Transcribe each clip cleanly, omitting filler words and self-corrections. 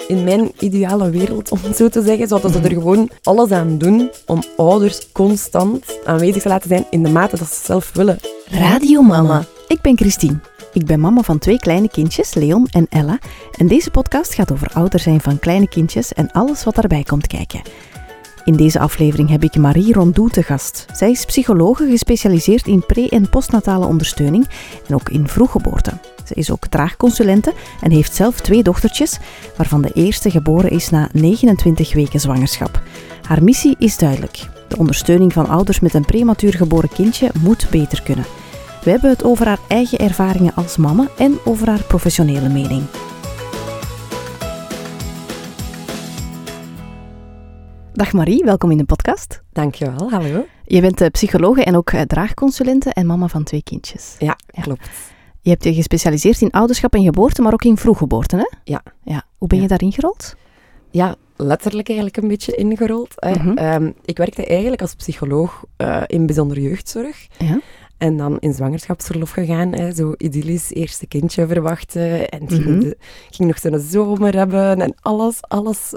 In mijn ideale wereld, om het zo te zeggen, zouden ze er gewoon alles aan doen om ouders constant aanwezig te laten zijn in de mate dat ze zelf willen. Radio Mama. Ik ben Christine. Ik ben mama van 2 kleine kindjes, Leon en Ella. En deze podcast gaat over ouder zijn van kleine kindjes en alles wat daarbij komt kijken. In deze aflevering heb ik Marie Rondoux te gast. Zij is psychologe gespecialiseerd in pre- en postnatale ondersteuning en ook in vroeggeboorte. Ze is ook draagconsulente en heeft zelf 2 dochtertjes, waarvan de eerste geboren is na 29 weken zwangerschap. Haar missie is duidelijk. De ondersteuning van ouders met een prematuur geboren kindje moet beter kunnen. We hebben het over haar eigen ervaringen als mama en over haar professionele mening. Dag Marie, welkom in de podcast. Dankjewel, hallo. Je bent psychologe en ook draagconsulente en mama van 2 kindjes. Ja, klopt. Je hebt je gespecialiseerd in ouderschap en geboorte, maar ook in vroeggeboorte, hè? Ja. Hoe ben je daarin gerold? Ja, letterlijk eigenlijk een beetje ingerold. Ik werkte eigenlijk als psycholoog in bijzondere jeugdzorg. Ja. En dan in zwangerschapsverlof gegaan, zo idyllisch, eerste kindje verwachten. En ging nog zo'n zomer hebben en alles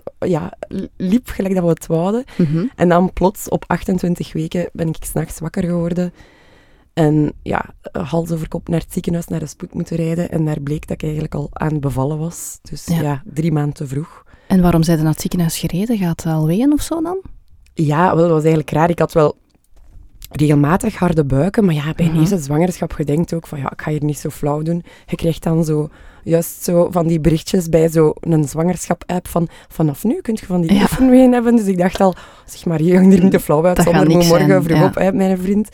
liep gelijk dat we het wouden. En dan plots, op 28 weken, ben ik 's nachts wakker geworden. En ja, hals over kop naar het ziekenhuis, naar de spoed moeten rijden. En daar bleek dat ik eigenlijk al aan het bevallen was. Dus 3 maanden te vroeg. En waarom zijn je naar het ziekenhuis gereden? Gaat het al weeën of zo dan? Ja, wel, dat was eigenlijk raar. Ik had wel regelmatig harde buiken, maar ja, bij een eerste zwangerschap, je denkt ook van, ik ga hier niet zo flauw doen. Je krijgt dan juist zo van die berichtjes bij zo'n zwangerschap-app van, vanaf nu kun je van die oefenween hebben. Dus ik dacht al, zeg maar, je gaat er niet te flauw uit, zonder moet morgen vroeg op, mijn vriend.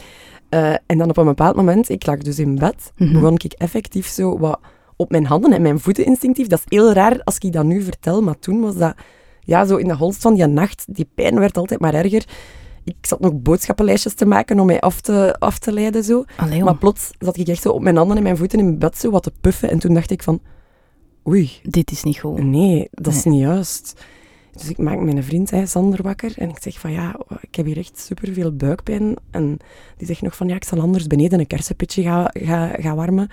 En dan op een bepaald moment, ik lag dus in bed, begon ik effectief zo wat op mijn handen en mijn voeten instinctief. Dat is heel raar als ik dat nu vertel, maar toen was dat, zo in de holst van die nacht, die pijn werd altijd maar erger. Ik zat nog boodschappenlijstjes te maken om mij af te leiden. Zo. Maar plots zat ik echt zo op mijn handen en mijn voeten in bed zo wat te puffen. En toen dacht ik van, oei. Dit is niet goed. Nee, dat is niet juist. Dus ik maak mijn vriend, Sander, wakker. En ik zeg van, ik heb hier echt superveel buikpijn. En die zegt nog van, ik zal anders beneden een kersenpitje gaan warmen.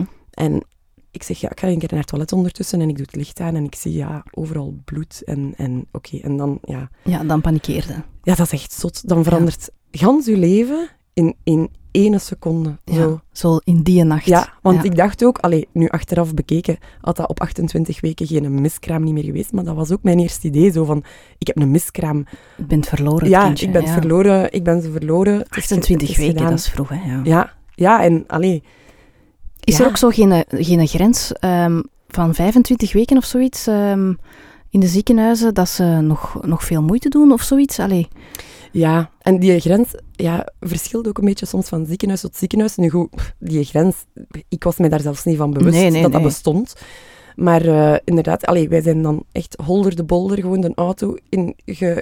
En ik zeg, ik ga een keer naar het toilet ondertussen en ik doe het licht aan en ik zie, overal bloed en oké. En dan, Ja, dan panikeerde. Ja, dat is echt zot. Dan verandert gans je leven in 1 seconde. Zo in die nacht. Ja, want ik dacht ook, nu achteraf bekeken, had dat op 28 weken geen miskraam niet meer geweest, maar dat was ook mijn eerste idee, zo van, ik heb een miskraam. Je bent verloren, het kindje. Ik ben verloren. Ik ben ze verloren. 28 weken, dat is vroeg, hè? Ja, en Is er ook zo geen grens van 25 weken of zoiets in de ziekenhuizen, dat ze nog veel moeite doen of zoiets? Ja, en die grens verschilt ook een beetje soms van ziekenhuis tot ziekenhuis. Nu goed, die grens, ik was mij daar zelfs niet van bewust dat bestond. Maar inderdaad, wij zijn dan echt holder de bolder, gewoon de auto in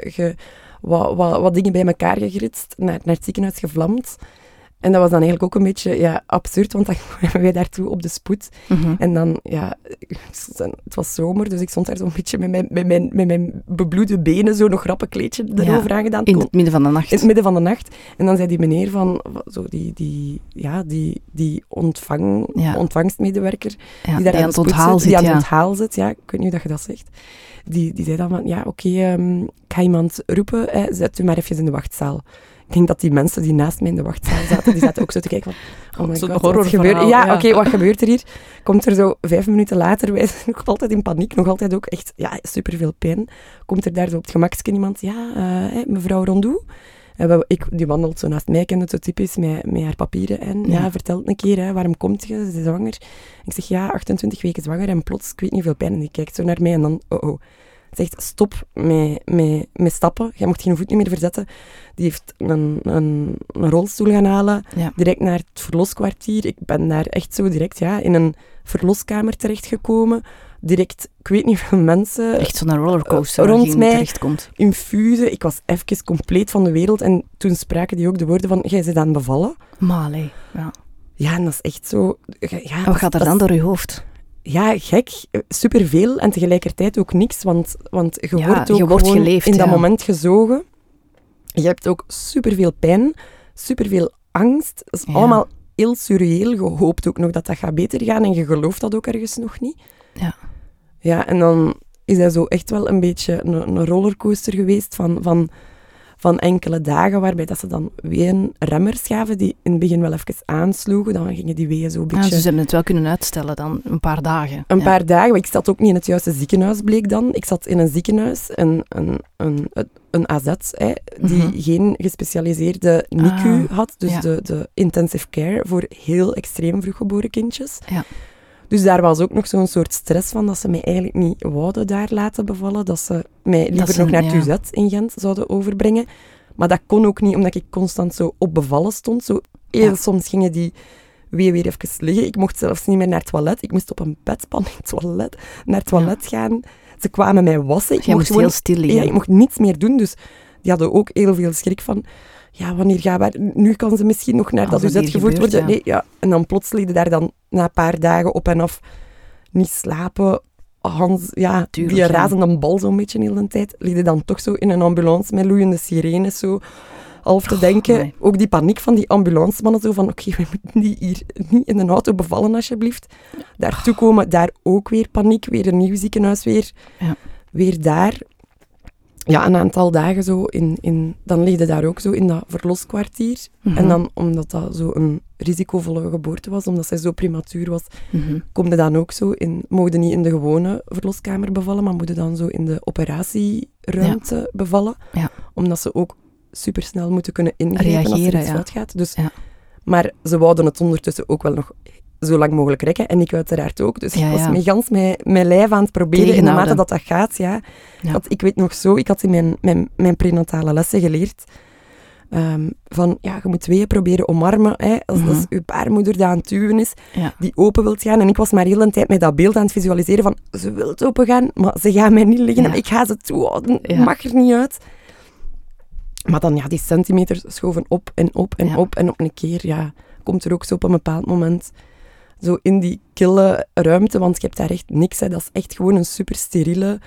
wat dingen bij elkaar gegritst, naar het ziekenhuis gevlamd. En dat was dan eigenlijk ook een beetje absurd, want dan kwamen wij daartoe op de spoed. En dan, het was zomer, dus ik stond daar zo'n beetje met mijn bebloede benen, zo nog rappenkleedje erover aangedaan. In het midden van de nacht. In het midden van de nacht. En dan zei die meneer van, zo die ontvangstmedewerker, die daar aan het onthaal zit. Ja, ik weet niet hoe dat je dat zegt. Die zei dan van, oké, ik ga iemand roepen, zet u maar even in de wachtzaal. Ik denk dat die mensen die naast mij in de wachtzaal zaten, die zaten ook zo te kijken van, oh my god, wat gebeurt er? Ja, oké, wat gebeurt er hier? Komt er zo 5 minuten later, wij zijn nog altijd in paniek, nog altijd ook echt, superveel pijn. Komt er daar zo op het gemaksken iemand, mevrouw Rondoux? Die wandelt zo naast mij, kende het zo typisch, met haar papieren. En vertelt een keer, waarom komt je? Ze is zwanger. Ik zeg, 28 weken zwanger en plots, ik weet niet veel pijn. En die kijkt zo naar mij en dan, zegt, stop met stappen. Jij mocht geen voet niet meer verzetten. Die heeft een rolstoel gaan halen. Ja. Direct naar het verloskwartier. Ik ben daar echt zo direct in een verloskamer terechtgekomen. Direct, ik weet niet hoeveel mensen... Echt zo'n rollercoaster rond mij terechtkomt. Infusen. Ik was even compleet van de wereld. En toen spraken die ook de woorden van, jij bent aan het bevallen. Male, Ja, en dat is echt zo... Wat gaat er dan door je hoofd? Ja, gek. Superveel en tegelijkertijd ook niks, want je wordt gewoon geleefd, in dat moment gezogen. Je hebt ook superveel pijn, superveel angst. Dat is allemaal heel surreëel. Je hoopt ook nog dat gaat beter gaan en je gelooft dat ook ergens nog niet. Ja. Ja, en dan is dat zo echt wel een beetje een rollercoaster geweest van enkele dagen, waarbij dat ze dan weenremmers gaven, die in het begin wel even aansloegen. Dan gingen die weeën zo een beetje... Dus ze hebben het wel kunnen uitstellen dan, een paar dagen. Een paar dagen. Ik zat ook niet in het juiste ziekenhuis, bleek dan. Ik zat in een ziekenhuis, een AZ, die geen gespecialiseerde NICU had. Dus de intensive care voor heel extreem vroeggeboren kindjes. Ja. Dus daar was ook nog zo'n soort stress van dat ze mij eigenlijk niet wouden daar laten bevallen. Dat ze mij liever nog naar het UZ in Gent zouden overbrengen. Maar dat kon ook niet, omdat ik constant zo op bevallen stond. Zo heel soms gingen die weer even liggen. Ik mocht zelfs niet meer naar het toilet. Ik moest op een bedpan naar het toilet gaan. Ze kwamen mij wassen. Je moest heel stil liggen. Ja, ik mocht niets meer doen. Dus die hadden ook heel veel schrik van... Ja, wanneer gaan we... Nu kan ze misschien nog naar dat UZ gevoerd worden. Ja. Nee, ja. En dan plots lieten daar dan na een paar dagen op en af niet slapen. Die razende bal zo'n beetje de hele tijd. Lieten dan toch zo in een ambulance met loeiende sirenes zo half te denken. Nee. Ook die paniek van die ambulancemannen zo van oké, we moeten die hier niet in een auto bevallen alsjeblieft. Daartoe komen daar ook weer paniek. Weer een nieuw ziekenhuis weer daar. Ja, een aantal dagen zo dan lig je daar ook zo in dat verloskwartier. En dan, omdat dat zo een risicovolle geboorte was, omdat zij zo prematuur was, kom je dan ook zo mocht je niet in de gewone verloskamer bevallen, maar moet je dan zo in de operatieruimte bevallen. Ja. Omdat ze ook supersnel moeten kunnen ingrijpen als er iets fout gaat. Dus, maar ze wouden het ondertussen ook wel nog zo lang mogelijk rekken. En ik uiteraard ook. Dus ik was mijn lijf aan het proberen in de mate dat gaat. Ja. Want ik weet nog zo, ik had in mijn prenatale lessen geleerd van, je moet weeën proberen omarmen. Als je baarmoeder die aan het duwen is, die open wilt gaan. En ik was maar heel de tijd met dat beeld aan het visualiseren van, ze wil open gaan, maar ze gaan mij niet liggen. En ik ga ze toehouden. Mag er niet uit. Maar dan, die centimeters schoven op en op en op. En op een keer, komt er ook zo op een bepaald moment... Zo in die kille ruimte, want je hebt daar echt niks. Hè. Dat is echt gewoon een super steriele...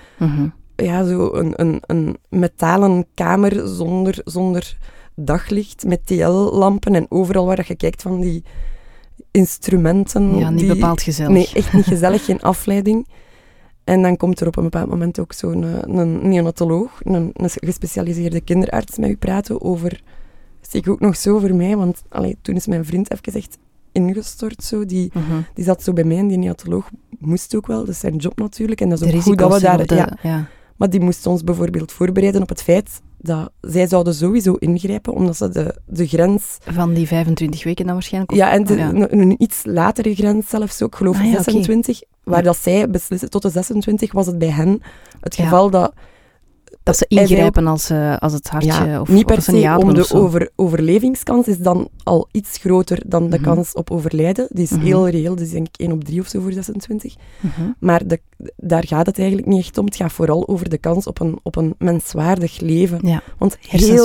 zo een metalen kamer zonder daglicht, met TL-lampen en overal waar je kijkt van die instrumenten. Ja, niet bepaald gezellig. Nee, echt niet gezellig, geen afleiding. En dan komt er op een bepaald moment ook zo'n neonatoloog, een gespecialiseerde kinderarts met u praten over... Zie ik ook nog zo voor mij, want toen is mijn vriend even echt ingestort. Zo. Die zat zo bij mij en die neonatoloog moest ook wel. Dat is zijn job natuurlijk. En dat is ook goed dat we daar... Maar die moest ons bijvoorbeeld voorbereiden op het feit dat zij zouden sowieso ingrijpen, omdat ze de grens... Van die 25 weken dan waarschijnlijk? Ja, en een iets latere grens zelfs ook, geloof ik 26. Waar dat zij beslissen, tot de 26 was het bij hen het geval dat... Dat ze ingrijpen als het hartje of niet per se om de overlevingskans is dan al iets groter dan de kans op overlijden. Die is heel reëel, dus denk ik 1 op 3 of zo voor 26. Maar daar gaat het eigenlijk niet echt om. Het gaat vooral over de kans op een menswaardig leven. Ja. Want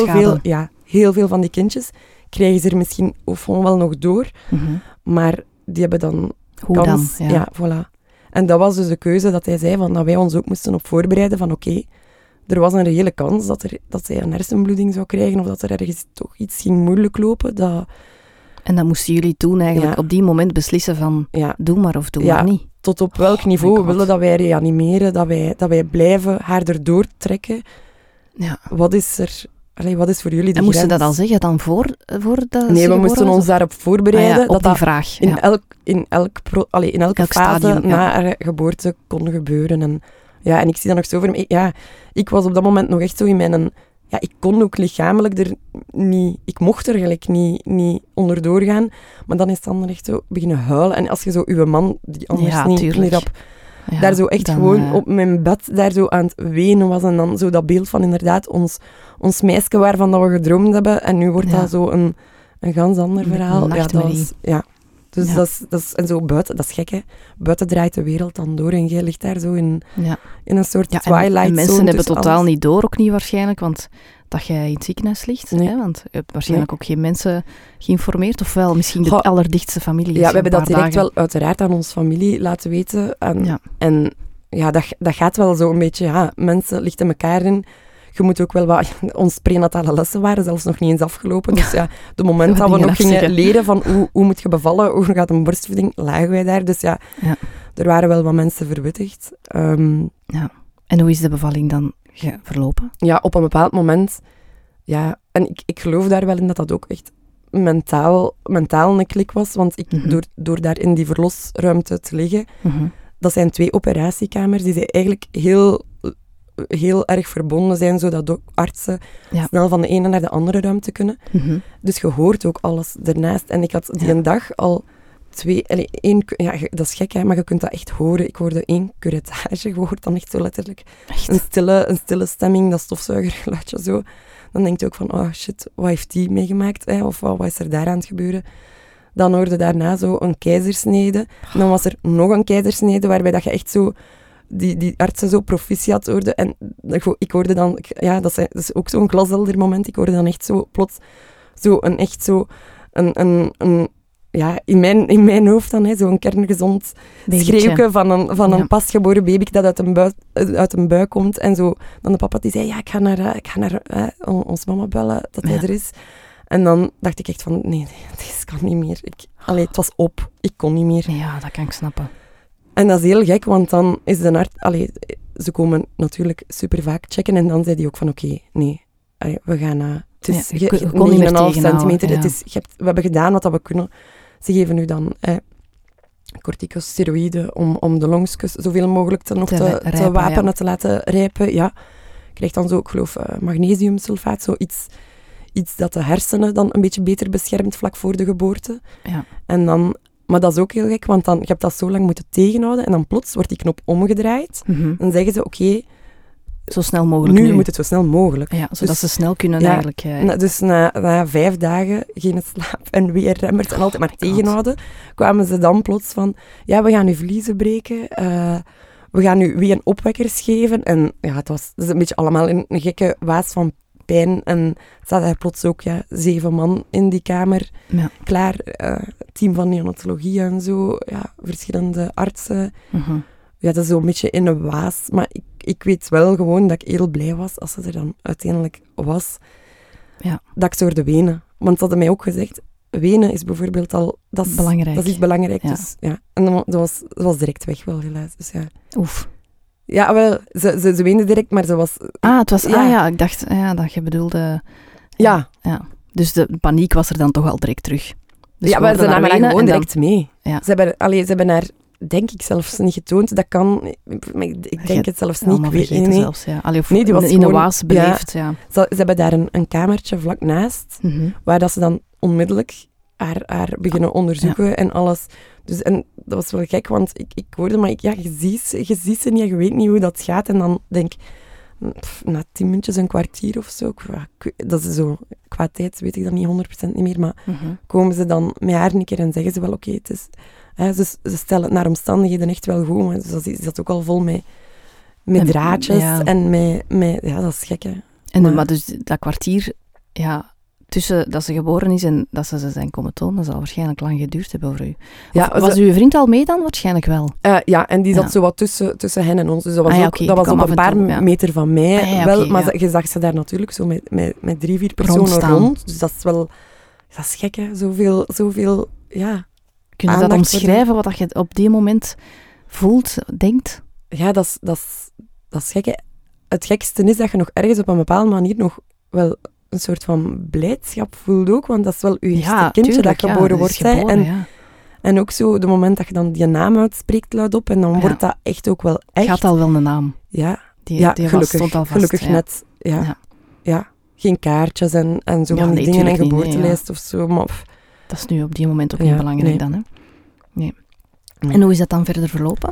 heel veel van die kindjes krijgen ze er misschien of wel nog door, maar die hebben dan kans. Dan? Ja, voilà. En dat was dus de keuze dat hij zei, van, dat wij ons ook moesten op voorbereiden van oké, er was een reële kans dat zij een hersenbloeding zou krijgen of dat er ergens toch iets ging moeilijk lopen. En dan moesten jullie toen eigenlijk op die moment beslissen van doe maar of doe maar niet. Tot op welk niveau willen dat wij reanimeren, dat wij blijven haar erdoor trekken. Ja. Wat is voor jullie de grens? En moesten dat al zeggen dan voor dat? Nee, we moesten ons daarop voorbereiden. Op die vraag. In elke fase stadium, na haar geboorte kon gebeuren. En ik zie dat nog zo voor me. Ja, ik was op dat moment nog echt zo in mijn... Ja, ik kon ook lichamelijk er niet... Ik mocht er gelijk niet onderdoor gaan. Maar dan is het dan echt zo beginnen huilen. En als je zo uw man, die anders niet rap... Ja, daar zo echt dan, gewoon op mijn bed daar zo aan het wenen was. En dan zo dat beeld van inderdaad ons meisje waarvan dat we gedroomd hebben. En nu wordt dat zo een gans ander verhaal. Dus dat is en zo buiten, dat is gek hè. Buiten draait de wereld dan door en jij ligt daar zo in een soort twilight zone. En mensen hebben totaal niet door, ook niet waarschijnlijk, want dat jij in het ziekenhuis ligt. Nee. Hè, want je hebt waarschijnlijk ook geen mensen geïnformeerd, of wel misschien de allerdichtste familie. Ja, we hebben dat direct wel uiteraard aan onze familie laten weten. En dat gaat wel zo een beetje, mensen lichten elkaar in. Je moet ook wel wat... Ons prenatale lessen waren zelfs nog niet eens afgelopen. Dus de moment dat we nog gingen leren van hoe moet je bevallen, hoe gaat een borstvoeding, lagen wij daar. Dus er waren wel wat mensen verwittigd. En hoe is de bevalling dan verlopen? Ja, op een bepaald moment... Ja, en ik geloof daar wel in dat dat ook echt mentaal een klik was. Want door daar in die verlosruimte te liggen... Dat zijn 2 operatiekamers die eigenlijk heel erg verbonden zijn, zodat ook artsen snel van de ene naar de andere ruimte kunnen. Dus je hoort ook alles ernaast. En ik had die een dag al 2... Ja, dat is gek, hè, maar je kunt dat echt horen. Ik hoorde 1 curettage. Je hoort dan echt zo letterlijk een stille stemming, dat stofzuigergeluidje zo. Dan denk je ook van, oh shit, wat heeft die meegemaakt? Hè? Of wat is er daar aan het gebeuren? Dan hoorde daarna zo een keizersnede. En dan was er nog een keizersnede, waarbij dat je echt zo... Die artsen zo proficiat hoorden. En ik hoorde dan... Ja, dat is ook zo'n glashelder moment. Ik hoorde dan echt zo plots... Ja, in mijn hoofd dan, zo'n kerngezond schreeuwke van een pasgeboren baby dat uit een buik komt. En zo, dan de papa die zei, ja, ik ga naar ons mama bellen, dat hij er is. En dan dacht ik echt van, nee, dit kan niet meer. Het was op. Ik kon niet meer. Ja, dat kan ik snappen. En dat is heel gek, want dan is de arts... Ze komen natuurlijk super vaak checken en dan zei hij ook van, oké, nee, we gaan... Het is 9,5 centimeter. Ja. We hebben gedaan wat we kunnen. Ze geven nu dan corticosteroïden om de longjes zoveel mogelijk te wapenen, te laten rijpen. Ja. Je krijgt dan zo, ik geloof, magnesiumsulfaat, zoiets dat de hersenen dan een beetje beter beschermt vlak voor de geboorte. Ja. En dan, maar dat is ook heel gek, want je hebt dat zo lang moeten tegenhouden en dan plots wordt die knop omgedraaid. Dan zeggen ze, oké, zo snel mogelijk nu. Moet het zo snel mogelijk. Ja, zodat ze snel kunnen eigenlijk... Dus na 5 dagen geen slaap en weer remmers en altijd maar tegenhouden, kwamen ze dan plots van, ja, we gaan nu vliezen breken, we gaan nu weer een opwekkers geven. En ja, het is een beetje allemaal in een gekke waas van pijn. En staat daar plots ook 7 man in die kamer, klaar, team van neonatologie en zo, verschillende artsen. Ja, dat is zo'n beetje in een waas. Maar ik weet wel gewoon dat ik heel blij was als ze er dan uiteindelijk was. Ja. Dat ik zo hoorde wenen. Want ze hadden mij ook gezegd, wenen is bijvoorbeeld al... Dat is belangrijk. Dat is iets belangrijk. Ja. Dus, ja. En dat was direct weg wel, helaas. Dus, ja. Oef. Ja, wel, ze weende direct, maar ze was... het was... ik dacht dat je bedoelde... Ja. Dus de paniek was er dan toch al direct terug. Dus maar ze namen haar gewoon direct mee. Ja. Ze hebben haar... Denk ik zelfs niet getoond. Dat kan... Ik denk het zelfs niet. Ik weet het zelfs, ja. Nee, die was in een waas beleefd, ja. Ze hebben daar een kamertje vlak naast, waar dat ze dan onmiddellijk haar beginnen onderzoeken en alles. Dus, en dat was wel gek, want ik hoorde, maar je ziet ze niet en je weet niet hoe dat gaat. En dan denk ik, na 10 minuutjes, een kwartier of zo, dat is zo, qua tijd weet ik dat niet 100% niet meer, maar komen ze dan met haar een keer en zeggen ze wel, oké, het is... Ze stellen het naar omstandigheden echt wel goed, maar ze zat ook al vol met draadjes en met... Ja, dat is gek, hè. Maar dus dat kwartier, tussen dat ze geboren is en dat ze zijn komen tonen, dat zal waarschijnlijk lang geduurd hebben voor u. Ja, was uw vriend al mee dan? Waarschijnlijk wel. Ja, en die zat zo wat tussen hen en ons. Dus dat was dat was op een paar meter van mij wel, maar je zag ze daar natuurlijk zo met 3-4 personen rond. Dus dat is wel... Dat is gek, hè. Zoveel Kun je dat omschrijven, wat je op die moment voelt, denkt? Ja, dat is gek. Hè. Het gekste is dat je nog ergens op een bepaalde manier nog wel een soort van blijdschap voelt ook, want dat is wel je eerste kindje dat geboren wordt. En ook zo, de moment dat je dan die naam uitspreekt luidop, en dan wordt dat echt ook wel echt... Je had al wel een naam. Ja, gelukkig, stond al vast. Gelukkig net, ja. Geen kaartjes en zo van die dingen en geboortelijst of zo, maar... Dat is nu op die moment ook niet belangrijk dan, hè? Nee. En hoe is dat dan verder verlopen?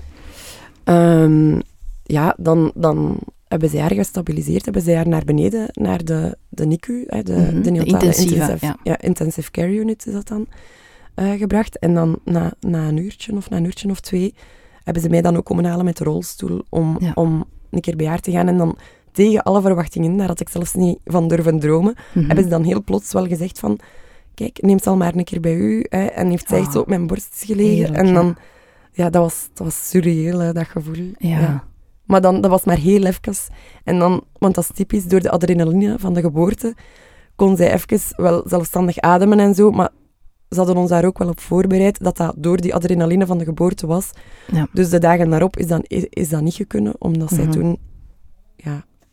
Dan hebben zij haar gestabiliseerd, hebben zij haar naar beneden, naar de NICU, de neonatale intensive care unit is dat dan, gebracht. En dan na een uurtje of 2 hebben ze mij dan ook komen halen met de rolstoel om een keer bij haar te gaan. En dan tegen alle verwachtingen, daar had ik zelfs niet van durven dromen, hebben ze dan heel plots wel gezegd van... Kijk, neem ze al maar een keer bij u. Hè, en heeft zij echt zo op mijn borst gelegen. Heerlijk, en dan... Ja, dat was surreëel, hè, dat gevoel. Ja. Maar dan, dat was maar heel even. En dan, want dat is typisch, door de adrenaline van de geboorte, kon zij even wel zelfstandig ademen en zo. Maar ze hadden ons daar ook wel op voorbereid, dat door die adrenaline van de geboorte was. Ja. Dus de dagen daarop is dat niet gekunnen, omdat zij toen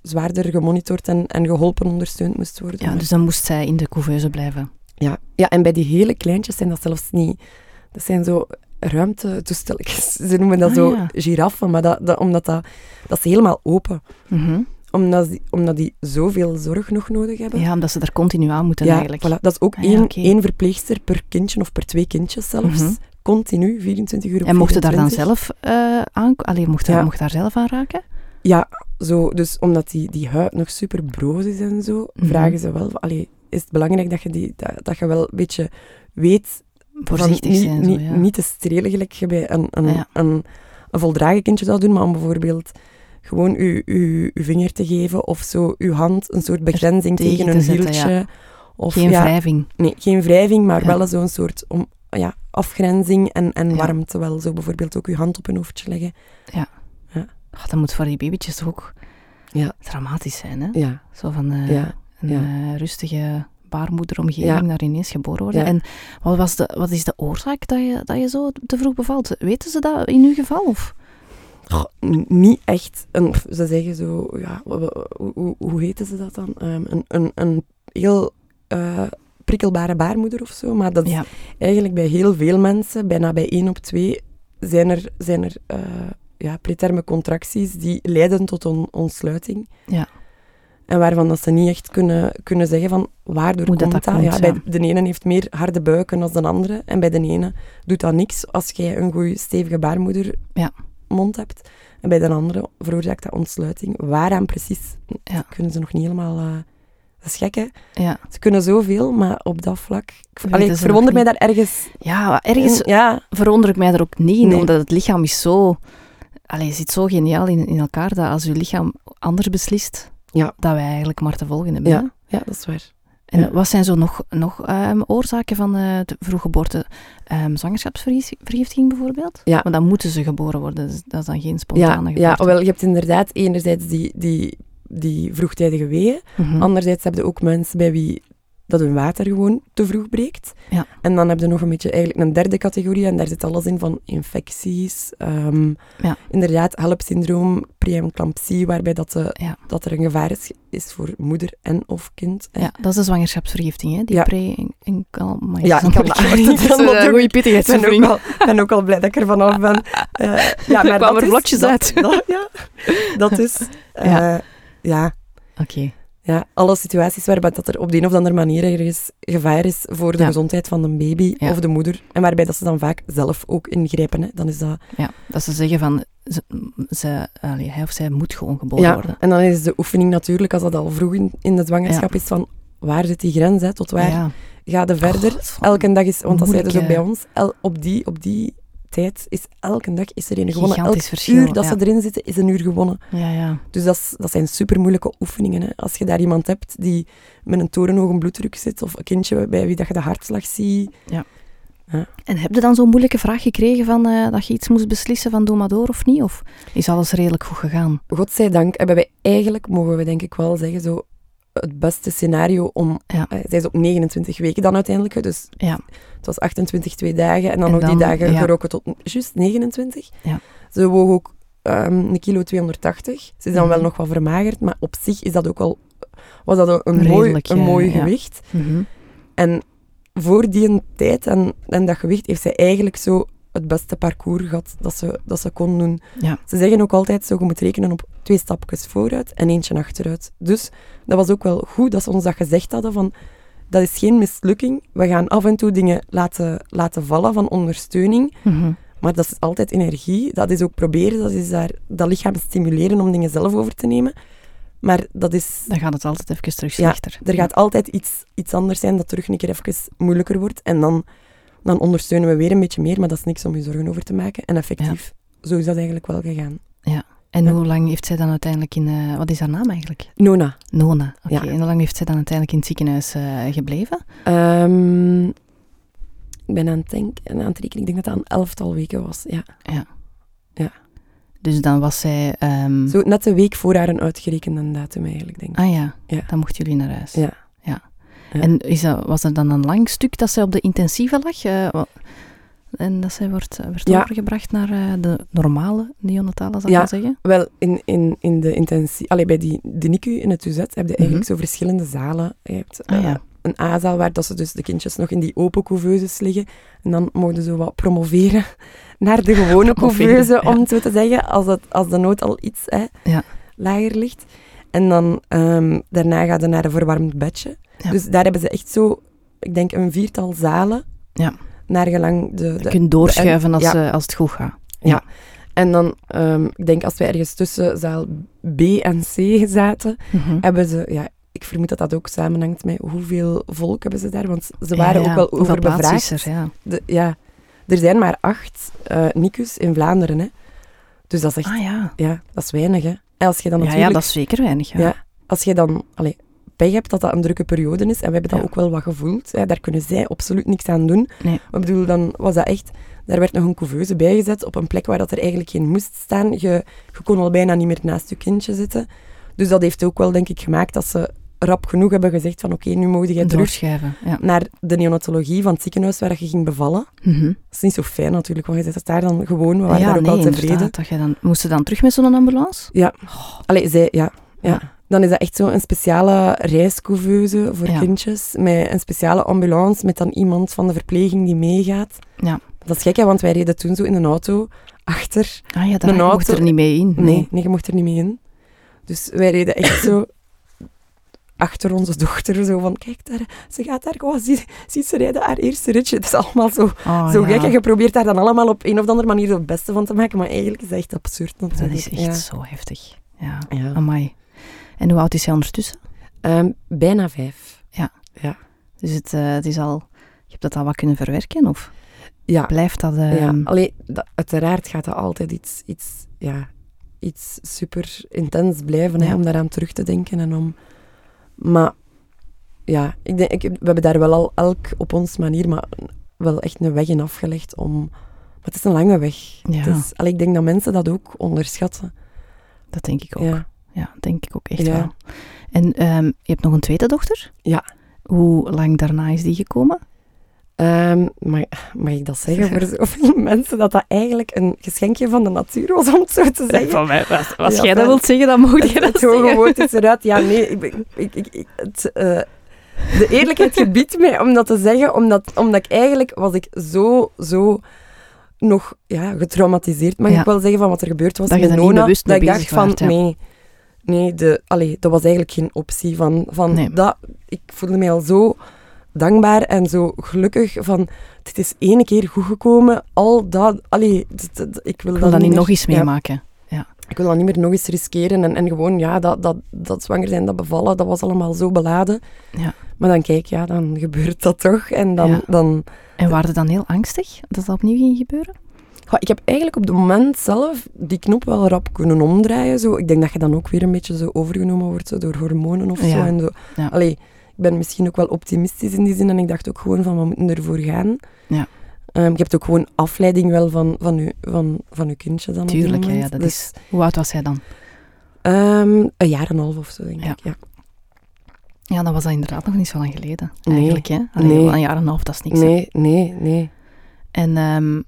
zwaarder gemonitord en geholpen, ondersteund moest worden. Ja, dus dan moest zij in de couveuse blijven. Ja, en bij die hele kleintjes zijn dat zelfs niet... Dat zijn zo ruimtetoestelletjes. Ze noemen dat giraffen, maar omdat dat is helemaal open. Mm-hmm. Omdat die zoveel zorg nog nodig hebben. Ja, omdat ze daar continu aan moeten eigenlijk. Voilà. Dat is ook één verpleegster per kindje of per 2 kindjes zelfs. Mm-hmm. Continu, 24 uur op 24. En mochten daar dan zelf mocht daar zelf aan raken? Ja, dus omdat die huid nog super broos is en zo, vragen ze wel... is het belangrijk dat je wel een beetje weet... Voorzichtig zijn. Niet te strelen gelijk je bij een voldragen kindje zou doen, maar om bijvoorbeeld gewoon uw vinger te geven of zo uw hand, een soort begrenzing tegen een hieltje. Ja. Geen wrijving. Nee, geen wrijving, maar wel zo'n soort afgrenzing en warmte wel. Zo bijvoorbeeld ook uw hand op een hoofdje leggen. Ja. Dat moet voor die babytjes toch ook dramatisch zijn, hè? Ja. Zo van een rustige... baarmoederomgeving daar ineens geboren worden. Ja. En wat is de oorzaak dat je zo te vroeg bevalt? Weten ze dat in uw geval? Of? Niet echt. Ze zeggen zo... Ja, hoe heten ze dat dan? Een heel prikkelbare baarmoeder of zo. Maar dat is eigenlijk bij heel veel mensen, bijna bij 1 op 2, zijn er preterme contracties die leiden tot ontsluiting. Ja. En waarvan dat ze niet echt kunnen zeggen van waardoor komt dat. Ja, bij de ene heeft meer harde buiken dan de andere. En bij de ene doet dat niks als jij een goede stevige baarmoedermond hebt. En bij de andere veroorzaakt dat ontsluiting. Waaraan precies kunnen ze nog niet helemaal... dat is gek, hè? Ja. Ze kunnen zoveel, maar op dat vlak... Ik verwonder mij daar ergens... Ja, ergens verwonder ik mij daar ook niet in. Omdat het lichaam is zo... zit zo geniaal in elkaar dat als je lichaam anders beslist... dat wij eigenlijk maar te volgen hebben. Ja, dat is waar. En wat zijn zo nog oorzaken van de vroeggeboorte? Zwangerschapsvergiftiging bijvoorbeeld? Ja. Maar dan moeten ze geboren worden. Dus dat is dan geen spontane geboorte. Ja, wel, je hebt inderdaad enerzijds die vroegtijdige weeën. Mm-hmm. Anderzijds heb je ook mensen bij wie dat hun water gewoon te vroeg breekt. Ja. En dan heb je nog een beetje eigenlijk een derde categorie. En daar zit alles in van infecties. Inderdaad, HELP-syndroom, preeclampsie, waarbij dat er een gevaar is voor moeder en of kind. Ja, dat is de zwangerschapsvergiftiging, hè? Die pre-enclampsie. Ja, ik kan dat een goede pittigheidsverving. Ik ben ook al blij dat ik er vanaf ben. Maar kwamen er vlotjes uit. Dat is... Oké. Ja, alle situaties waarbij dat er op de een of andere manier ergens gevaar is voor de gezondheid van een baby of de moeder. En waarbij dat ze dan vaak zelf ook ingrijpen. Hè. Dan is dat... Ja, dat ze zeggen van, hij of zij moet gewoon geboren worden. En dan is de oefening natuurlijk, als dat al vroeg in de zwangerschap is, van waar zit die grens, hè, tot waar gaat het verder. Elke dag is, want dat zei dus ook bij ons, op die tijd is elke dag is er een gewonnen. Elk uur dat ze erin zitten, is een uur gewonnen. Ja. Dus dat zijn super moeilijke oefeningen. Hè. Als je daar iemand hebt die met een torenhoge bloeddruk zit, of een kindje bij wie dat je de hartslag ziet. Ja. En heb je dan zo'n moeilijke vraag gekregen van dat je iets moest beslissen van doe maar door of niet? Of is alles redelijk goed gegaan? Godzijdank hebben wij eigenlijk, mogen we denk ik wel zeggen, zo het beste scenario om... zij is op 29 weken dan uiteindelijk, dus het was 28 2 dagen en dan nog die dagen geroken tot juist 29. Ja. Ze woog ook 1,280 kilo. Ze is dan wel nog wat vermagerd, maar op zich is dat ook al... was dat een mooi gewicht. Mm-hmm. En voor die tijd en dat gewicht heeft zij eigenlijk zo het beste parcours gehad dat ze kon doen. Ja. Ze zeggen ook altijd zo, je moet rekenen op 2 stapjes vooruit en eentje achteruit. Dus dat was ook wel goed dat ze ons dat gezegd hadden van, dat is geen mislukking. We gaan af en toe dingen laten vallen van ondersteuning. Mm-hmm. Maar dat is altijd energie. Dat is ook proberen, dat lichaam stimuleren om dingen zelf over te nemen. Maar dat is... Dan gaat het altijd even terug slechter. Er gaat altijd iets anders zijn dat terug een keer even moeilijker wordt. En dan ondersteunen we weer een beetje meer, maar dat is niks om je zorgen over te maken. En effectief, zo is dat eigenlijk wel gegaan. Ja. En hoe lang heeft zij dan uiteindelijk in... wat is haar naam eigenlijk? Nona. Oké. Ja. En hoe lang heeft zij dan uiteindelijk in het ziekenhuis gebleven? Ik ben aan het rekenen. Ik denk dat dat een 11-tal weken was. Ja. Dus dan was zij... Zo net een week voor haar een uitgerekende datum eigenlijk, denk ik. Ah ja. Dan mochten jullie naar huis. Ja. En was er dan een lang stuk dat zij op de intensieve lag? en dat zij wordt overgebracht naar de normale neonatale, zou ik maar zeggen? Wel, in de intensie... bij de NICU in het UZ heb je eigenlijk zo verschillende zalen. Je hebt een A-zaal waar dat ze dus de kindjes nog in die open couveuses liggen. En dan mogen ze wat promoveren naar de gewone couveuse, om het zo te zeggen, als de nood al iets lager ligt. En dan daarna gaat ze naar een verwarmd bedje. Ja. Dus daar hebben ze echt zo, ik denk, een 4-tal zalen. Ja. Naar gelang je kunt doorschuiven als het goed gaat. Ja. En dan, ik denk, als wij ergens tussen zaal B en C zaten, hebben ze... Ja, ik vermoed dat dat ook samenhangt met hoeveel volk hebben ze daar. Want ze waren ook wel overbevraagd. Is er, er zijn maar 8 NICU's in Vlaanderen. Hè. Dus dat is echt... dat is weinig, hè. En als je dan natuurlijk, dat is zeker weinig, ja. Als je dan pech hebt dat een drukke periode is, en we hebben dat ook wel wat gevoeld, hè, daar kunnen zij absoluut niks aan doen. Nee. Ik bedoel, dan was dat echt... Daar werd nog een couveuse bijgezet op een plek waar dat er eigenlijk geen moest staan. Je kon al bijna niet meer naast je kindje zitten. Dus dat heeft ook wel, denk ik, gemaakt dat ze rap genoeg hebben gezegd van oké, nu mocht jij terug naar de neonatologie van het ziekenhuis waar je ging bevallen. Mm-hmm. Dat is niet zo fijn natuurlijk, want je zit daar dan gewoon, we waren daar ook al tevreden. Moest je dan terug met zo'n ambulance? Ja. Dan is dat echt zo een speciale reiscouveuse voor kindjes, met een speciale ambulance, met dan iemand van de verpleging die meegaat. Ja. Dat is gek, hè, want wij reden toen zo in een auto achter een auto. Je mocht er niet mee in. Nee, je mocht er niet mee in. Dus wij reden echt zo achter onze dochter, zo van, kijk daar, ze gaat daar gewoon, ziet ze rijden haar eerste ritje. Het is allemaal zo gek. En je probeert daar dan allemaal op een of andere manier het beste van te maken, maar eigenlijk is dat echt absurd. Dat is echt zo heftig. Ja, amai. En hoe oud is hij ondertussen? Bijna 5. Ja. Dus het is al... Je hebt dat al wat kunnen verwerken, of blijft dat... uiteraard gaat dat altijd iets super intens blijven, hè, om daaraan terug te denken en om... Maar ja, we hebben daar wel al elk op onze manier, maar wel echt een weg in afgelegd om... Maar het is een lange weg. Ja. Ik denk dat mensen dat ook onderschatten. Dat denk ik ook. Ja, denk ik ook echt wel. En je hebt nog een tweede dochter? Ja. Hoe lang daarna is die gekomen? Mag ik dat zeggen voor zoveel mensen, dat eigenlijk een geschenkje van de natuur was, om het zo te zeggen? Van mij, als jij dat wilt zeggen, dan mag je dat zeggen. Het hoge is eruit. Ja, nee, de eerlijkheid gebiedt mij om dat te zeggen, omdat ik eigenlijk was ik zo nog getraumatiseerd, mag ik wel zeggen, van wat er gebeurd was met Nona, dat ik dacht van, nee, dat was eigenlijk geen optie. Ik voelde mij al zo dankbaar en zo gelukkig van, dit is 1 keer goed gekomen, al dat, ik wil dat niet nog eens meemaken. Ja. Ik wil dat niet meer nog eens riskeren en gewoon, dat zwanger zijn, dat bevallen, dat was allemaal zo beladen. Ja. Maar dan kijk, dan gebeurt dat toch. En dan... En waren je dan heel angstig dat dat opnieuw ging gebeuren? Ik heb eigenlijk op het moment zelf die knop wel rap kunnen omdraaien. Zo. Ik denk dat je dan ook weer een beetje zo overgenomen wordt zo, door hormonen of zo. En zo. Ja. Ik ben misschien ook wel optimistisch in die zin en ik dacht ook gewoon van, we moeten ervoor gaan. Ja. Je hebt ook gewoon afleiding wel van je kindje dan. Tuurlijk, ja, dat is... Hoe oud was hij dan? 1,5 jaar of zo, denk ik, ja. Ja, dat was dat inderdaad nog niet zo lang geleden, eigenlijk, hè? Nee. 1,5 jaar, dat is niks. Nee. En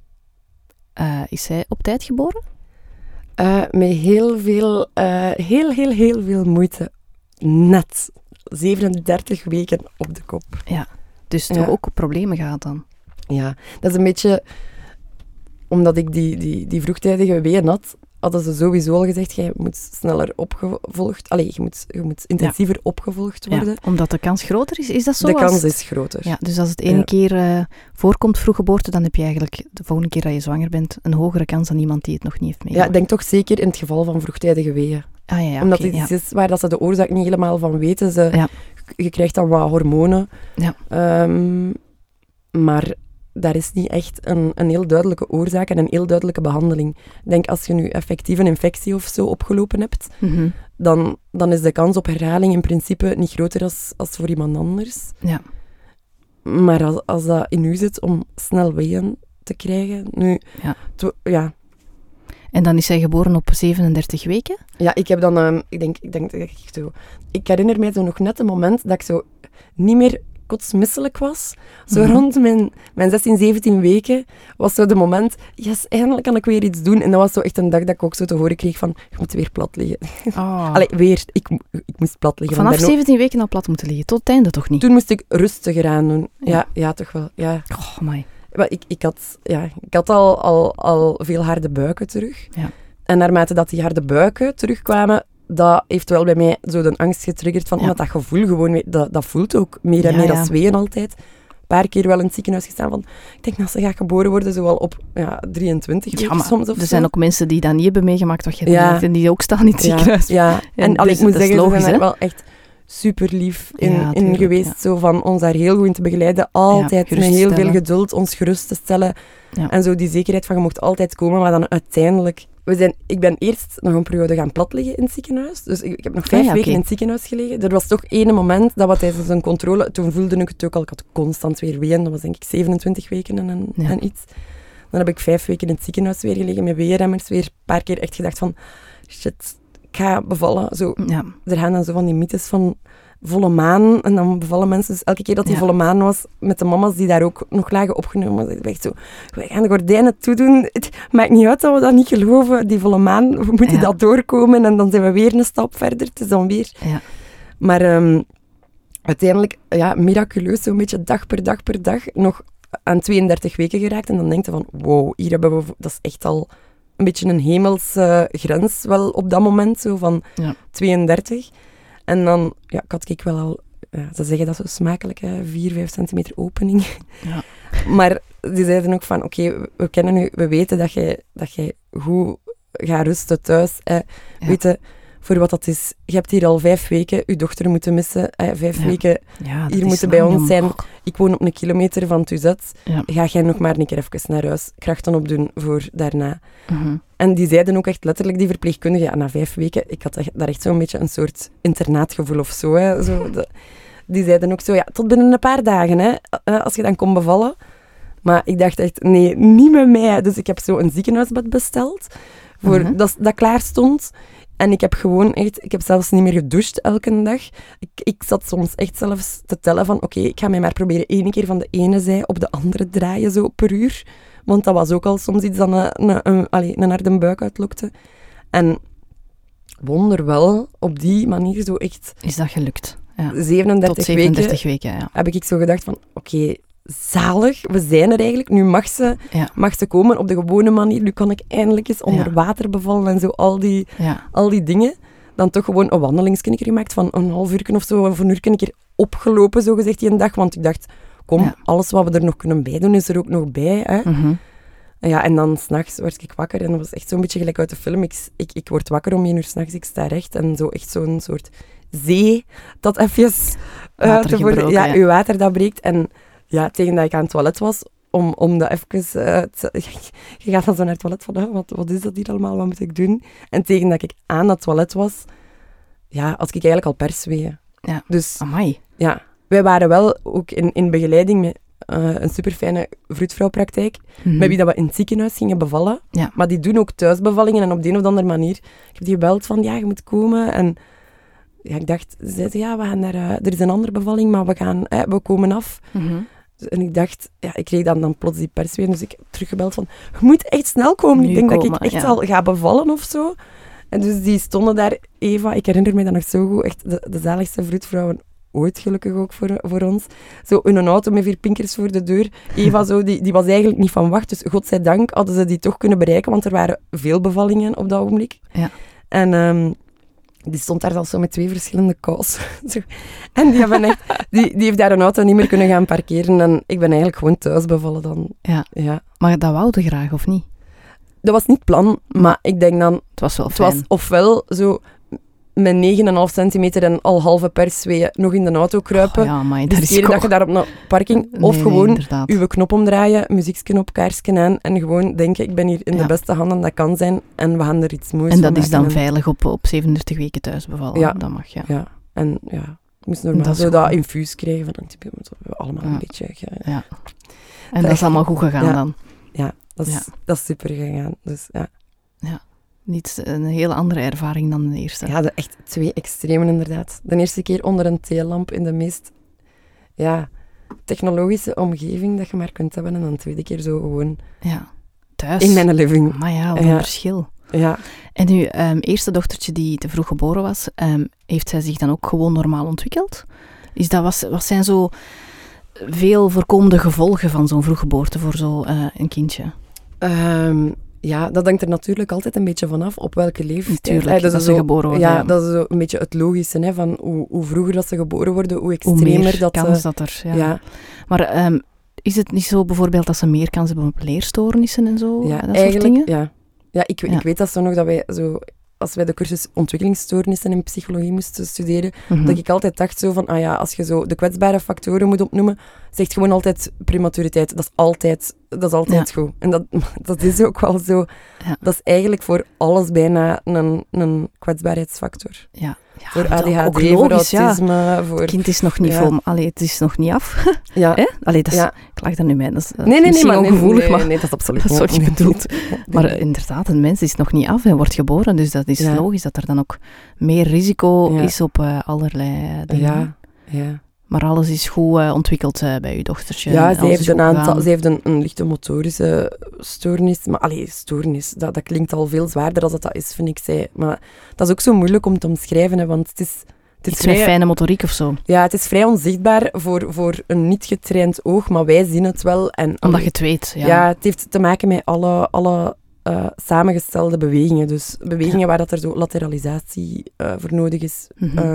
is hij op tijd geboren? Met heel veel, heel veel moeite. Net 37 weken op de kop. Ja, dus toch ook problemen gehad dan? Ja, dat is een beetje... Omdat ik die vroegtijdige weeën had, hadden ze sowieso al gezegd, jij moet sneller opgevolgd... je moet intensiever opgevolgd worden. Ja, omdat de kans groter is dat zo? De kans is groter. Ja, dus als het 1 keer voorkomt, vroeggeboorte, dan heb je eigenlijk de volgende keer dat je zwanger bent een hogere kans dan iemand die het nog niet heeft meegemaakt. Ja, ik denk toch zeker in het geval van vroegtijdige weeën. Omdat het iets is waar dat ze de oorzaak niet helemaal van weten. Je krijgt dan wat hormonen. Ja. Maar daar is niet echt een heel duidelijke oorzaak en een heel duidelijke behandeling. Ik denk, als je nu effectief een infectie of zo opgelopen hebt, dan is de kans op herhaling in principe niet groter als voor iemand anders. Ja. Maar als dat in u zit om snel weeën te krijgen... En dan is hij geboren op 37 weken? Ja, ik heb dan... Ik herinner mij zo nog net een moment dat ik zo niet meer kotsmisselijk was. Zo rond mijn 16, 17 weken was zo de moment, yes, eindelijk kan ik weer iets doen. En dat was zo echt een dag dat ik ook zo te horen kreeg van, je moet weer plat liggen. Oh. Allee, weer, ik moest plat liggen. Vanaf 17 weken al plat moeten liggen, tot het einde toch niet? Toen moest ik rustiger aan doen. Ja, toch wel. Ja. Oh, amai. Ik had al veel harde buiken terug. Ja. En naarmate dat die harde buiken terugkwamen, dat heeft wel bij mij zo de angst getriggerd van, omdat dat gevoel gewoon, dat voelt ook meer en meer als weeën altijd. Een paar keer wel in het ziekenhuis gestaan van, ik denk dat ze gaat geboren worden, zo al op 23 weken soms of er zijn ook mensen die dat niet hebben meegemaakt wat je hebt en die ook staan in het ziekenhuis. Ja. En ik moet zeggen, ze zijn er wel echt super lief in geweest, zo van ons daar heel goed in te begeleiden, altijd met heel veel geduld ons gerust te stellen. Ja. En zo die zekerheid van, je mocht altijd komen, maar dan uiteindelijk... Ik ben eerst nog een periode gaan plat liggen in het ziekenhuis. Dus ik heb nog 5 weken in het ziekenhuis gelegen. Er was toch ene moment dat we tijdens een controle... Toen voelde ik het ook al. Ik had constant weer weeën. Dat was denk ik 27 weken en iets. Dan heb ik 5 weken in het ziekenhuis weer gelegen met weeënremmers. Weer een paar keer echt gedacht van... Shit, ik ga bevallen. Zo, er gaan dan zo van die mythes van... volle maan, en dan bevallen mensen. Dus elke keer dat die volle maan was, met de mama's die daar ook nog lagen opgenomen, was echt zo, wij gaan de gordijnen toedoen. Het maakt niet uit dat we dat niet geloven. Die volle maan, we moeten dat doorkomen en dan zijn we weer een stap verder. Het is dan weer... Ja. Maar uiteindelijk, miraculeus, zo'n beetje dag per dag, nog aan 32 weken geraakt. En dan denk je van, wow, hier hebben we... Dat is echt al een beetje een hemelse grens wel op dat moment, zo van 32. En dan had ik wel al, ze zeggen dat zo smakelijk, 4-5 centimeter opening. Ja. Maar die zeiden ook van, oké, we kennen u, we weten dat jij goed gaat rusten thuis. Weten voor wat dat is. Je hebt hier al 5 weken uw dochter moeten missen. 5 weken hier moeten bij ons zijn. Ik woon op 1 kilometer van Tuzet. Ja. Ga jij nog maar een keer even naar huis. Krachten opdoen voor daarna. Uh-huh. En die zeiden ook echt letterlijk, die verpleegkundige, na 5 weken, ik had daar echt zo'n beetje een soort internaatgevoel of zo. Hè, die zeiden ook zo, tot binnen een paar dagen, hè, als je dan kon bevallen. Maar ik dacht echt, nee, niet met mij. Dus ik heb zo een ziekenhuisbed besteld, voor dat klaar stond. En ik heb gewoon echt... Ik heb zelfs niet meer gedoucht elke dag. Ik zat soms echt zelfs te tellen van... Oké, ik ga mij maar proberen 1 keer van de ene zij op de andere draaien, zo per uur. Want dat was ook al soms iets dat een harde buik uitlokte. En wonderwel, op die manier zo echt... Is dat gelukt? Ja. 37 tot 37 weken heb ik zo gedacht van... Oké, zalig, we zijn er eigenlijk. Nu mag ze komen op de gewone manier. Nu kan ik eindelijk eens onder water bevallen en zo al die dingen. Dan toch gewoon een wandelingsje gemaakt van een half uur of zo, of een uur een keer opgelopen, zo gezegd, die een dag. Want ik dacht, alles wat we er nog kunnen bijdoen, is er ook nog bij. Hè. Uh-huh. En dan 's nachts werd ik wakker en dat was echt zo'n beetje gelijk uit de film. Ik word wakker om 1 uur 's nachts, ik sta recht en zo echt zo'n soort zee dat even uw water dat breekt. En tegen dat ik aan het toilet was, om dat even... je gaat dan zo naar het toilet van, wat is dat hier allemaal, wat moet ik doen? En tegen dat ik aan dat toilet was, had ik eigenlijk al persweeën. Ja, dus, amai. Ja, wij waren wel ook in begeleiding met een superfijne vroedvrouwpraktijk, met wie dat we in het ziekenhuis gingen bevallen. Ja. Maar die doen ook thuisbevallingen en op de een of andere manier. Ik heb die gebeld van, je moet komen. En ik dacht, ze zeiden, we gaan naar... er is een andere bevalling, maar we komen af. Mm-hmm. En ik dacht, ik kreeg dan plots die persweeën, dus ik heb teruggebeld van, je moet echt snel komen. Ik denk dat ik echt al ga bevallen of zo. En dus die stonden daar, Eva, ik herinner me dat nog zo goed, echt de zaligste vroedvrouwen ooit, gelukkig ook voor ons. Zo in een auto met 4 pinkers voor de deur. Eva zo, die was eigenlijk niet van wacht, dus godzijdank hadden ze die toch kunnen bereiken, want er waren veel bevallingen op dat ogenblik. Ja. En... die stond daar al zo met 2 verschillende kous. En die heeft daar een auto niet meer kunnen gaan parkeren. En ik ben eigenlijk gewoon thuis bevallen dan. Ja. Maar dat wou je graag, of niet? Dat was niet het plan, maar ik denk dan... Het was wel fijn. Het was ofwel zo met 9,5 centimeter en al halve persweeën nog in de auto kruipen. Dus keer dat je daar op een parking... Of gewoon uw knop omdraaien, muzieksknop, kaarsken aan en gewoon denken, ik ben hier in de beste handen, dat kan zijn. En we gaan er iets moois van maken. En dat is dan veilig op 37 weken thuis bevallen. Ja. Dat mag, ja. En ik moest normaal zo dat infuus krijgen van antibiotica. Allemaal een beetje... Ja. En dat is allemaal goed gegaan dan? Ja, dat is super gegaan. Dus ja. Een hele andere ervaring dan de eerste. Ja, echt 2 extremen inderdaad. De eerste keer onder een theelamp in de meest technologische omgeving dat je maar kunt hebben. En dan de tweede keer zo gewoon thuis. In mijn living. Maar ja, wat een verschil. Ja. En uw eerste dochtertje die te vroeg geboren was, heeft zij zich dan ook gewoon normaal ontwikkeld? Wat zijn zo veel voorkomende gevolgen van zo'n vroeggeboorte voor zo'n kindje? Ja, dat hangt er natuurlijk altijd een beetje vanaf op welke leeftijd. Natuurlijk, dat ze geboren worden. Ja, dat is zo een beetje het logische, hè, van hoe vroeger dat ze geboren worden, hoe extremer hoe meer dat kans dat er. Ja. Maar is het niet zo bijvoorbeeld dat ze meer kans hebben op leerstoornissen en zo? Ja, dat soort dingen? Ja. Ja, ik weet dat zo nog dat wij zo... Als wij de cursus ontwikkelingsstoornissen in psychologie moesten studeren, dat ik altijd dacht zo van, als je zo de kwetsbare factoren moet opnoemen, zegt gewoon altijd prematuriteit. Dat is altijd goed. En dat is ook wel zo. Ja. Dat is eigenlijk voor alles bijna een kwetsbaarheidsfactor. Ja. Voor ADHD, logisch, voor autisme, voor... Het kind is nog niet vol... het is nog niet af. Ja. Ik lag daar nu mee. Dat is nee, ongevoelig, maar... Nee, dat is absoluut dat is niet bedoeld. Maar inderdaad, een mens is nog niet af en wordt geboren. Dus dat is logisch dat er dan ook meer risico is op allerlei dingen. Ja. Maar alles is goed ontwikkeld bij uw dochtertje. Ja, ze heeft een lichte motorische stoornis. Maar stoornis, dat klinkt al veel zwaarder als dat is, vind ik. Maar dat is ook zo moeilijk om te omschrijven, hè, want het is iets vrij... met fijne motoriek of zo. Ja, het is vrij onzichtbaar voor een niet getraind oog, maar wij zien het wel. Omdat je het weet, ja. Ja, het heeft te maken met alle samengestelde bewegingen. Dus bewegingen waar dat er zo lateralisatie voor nodig is.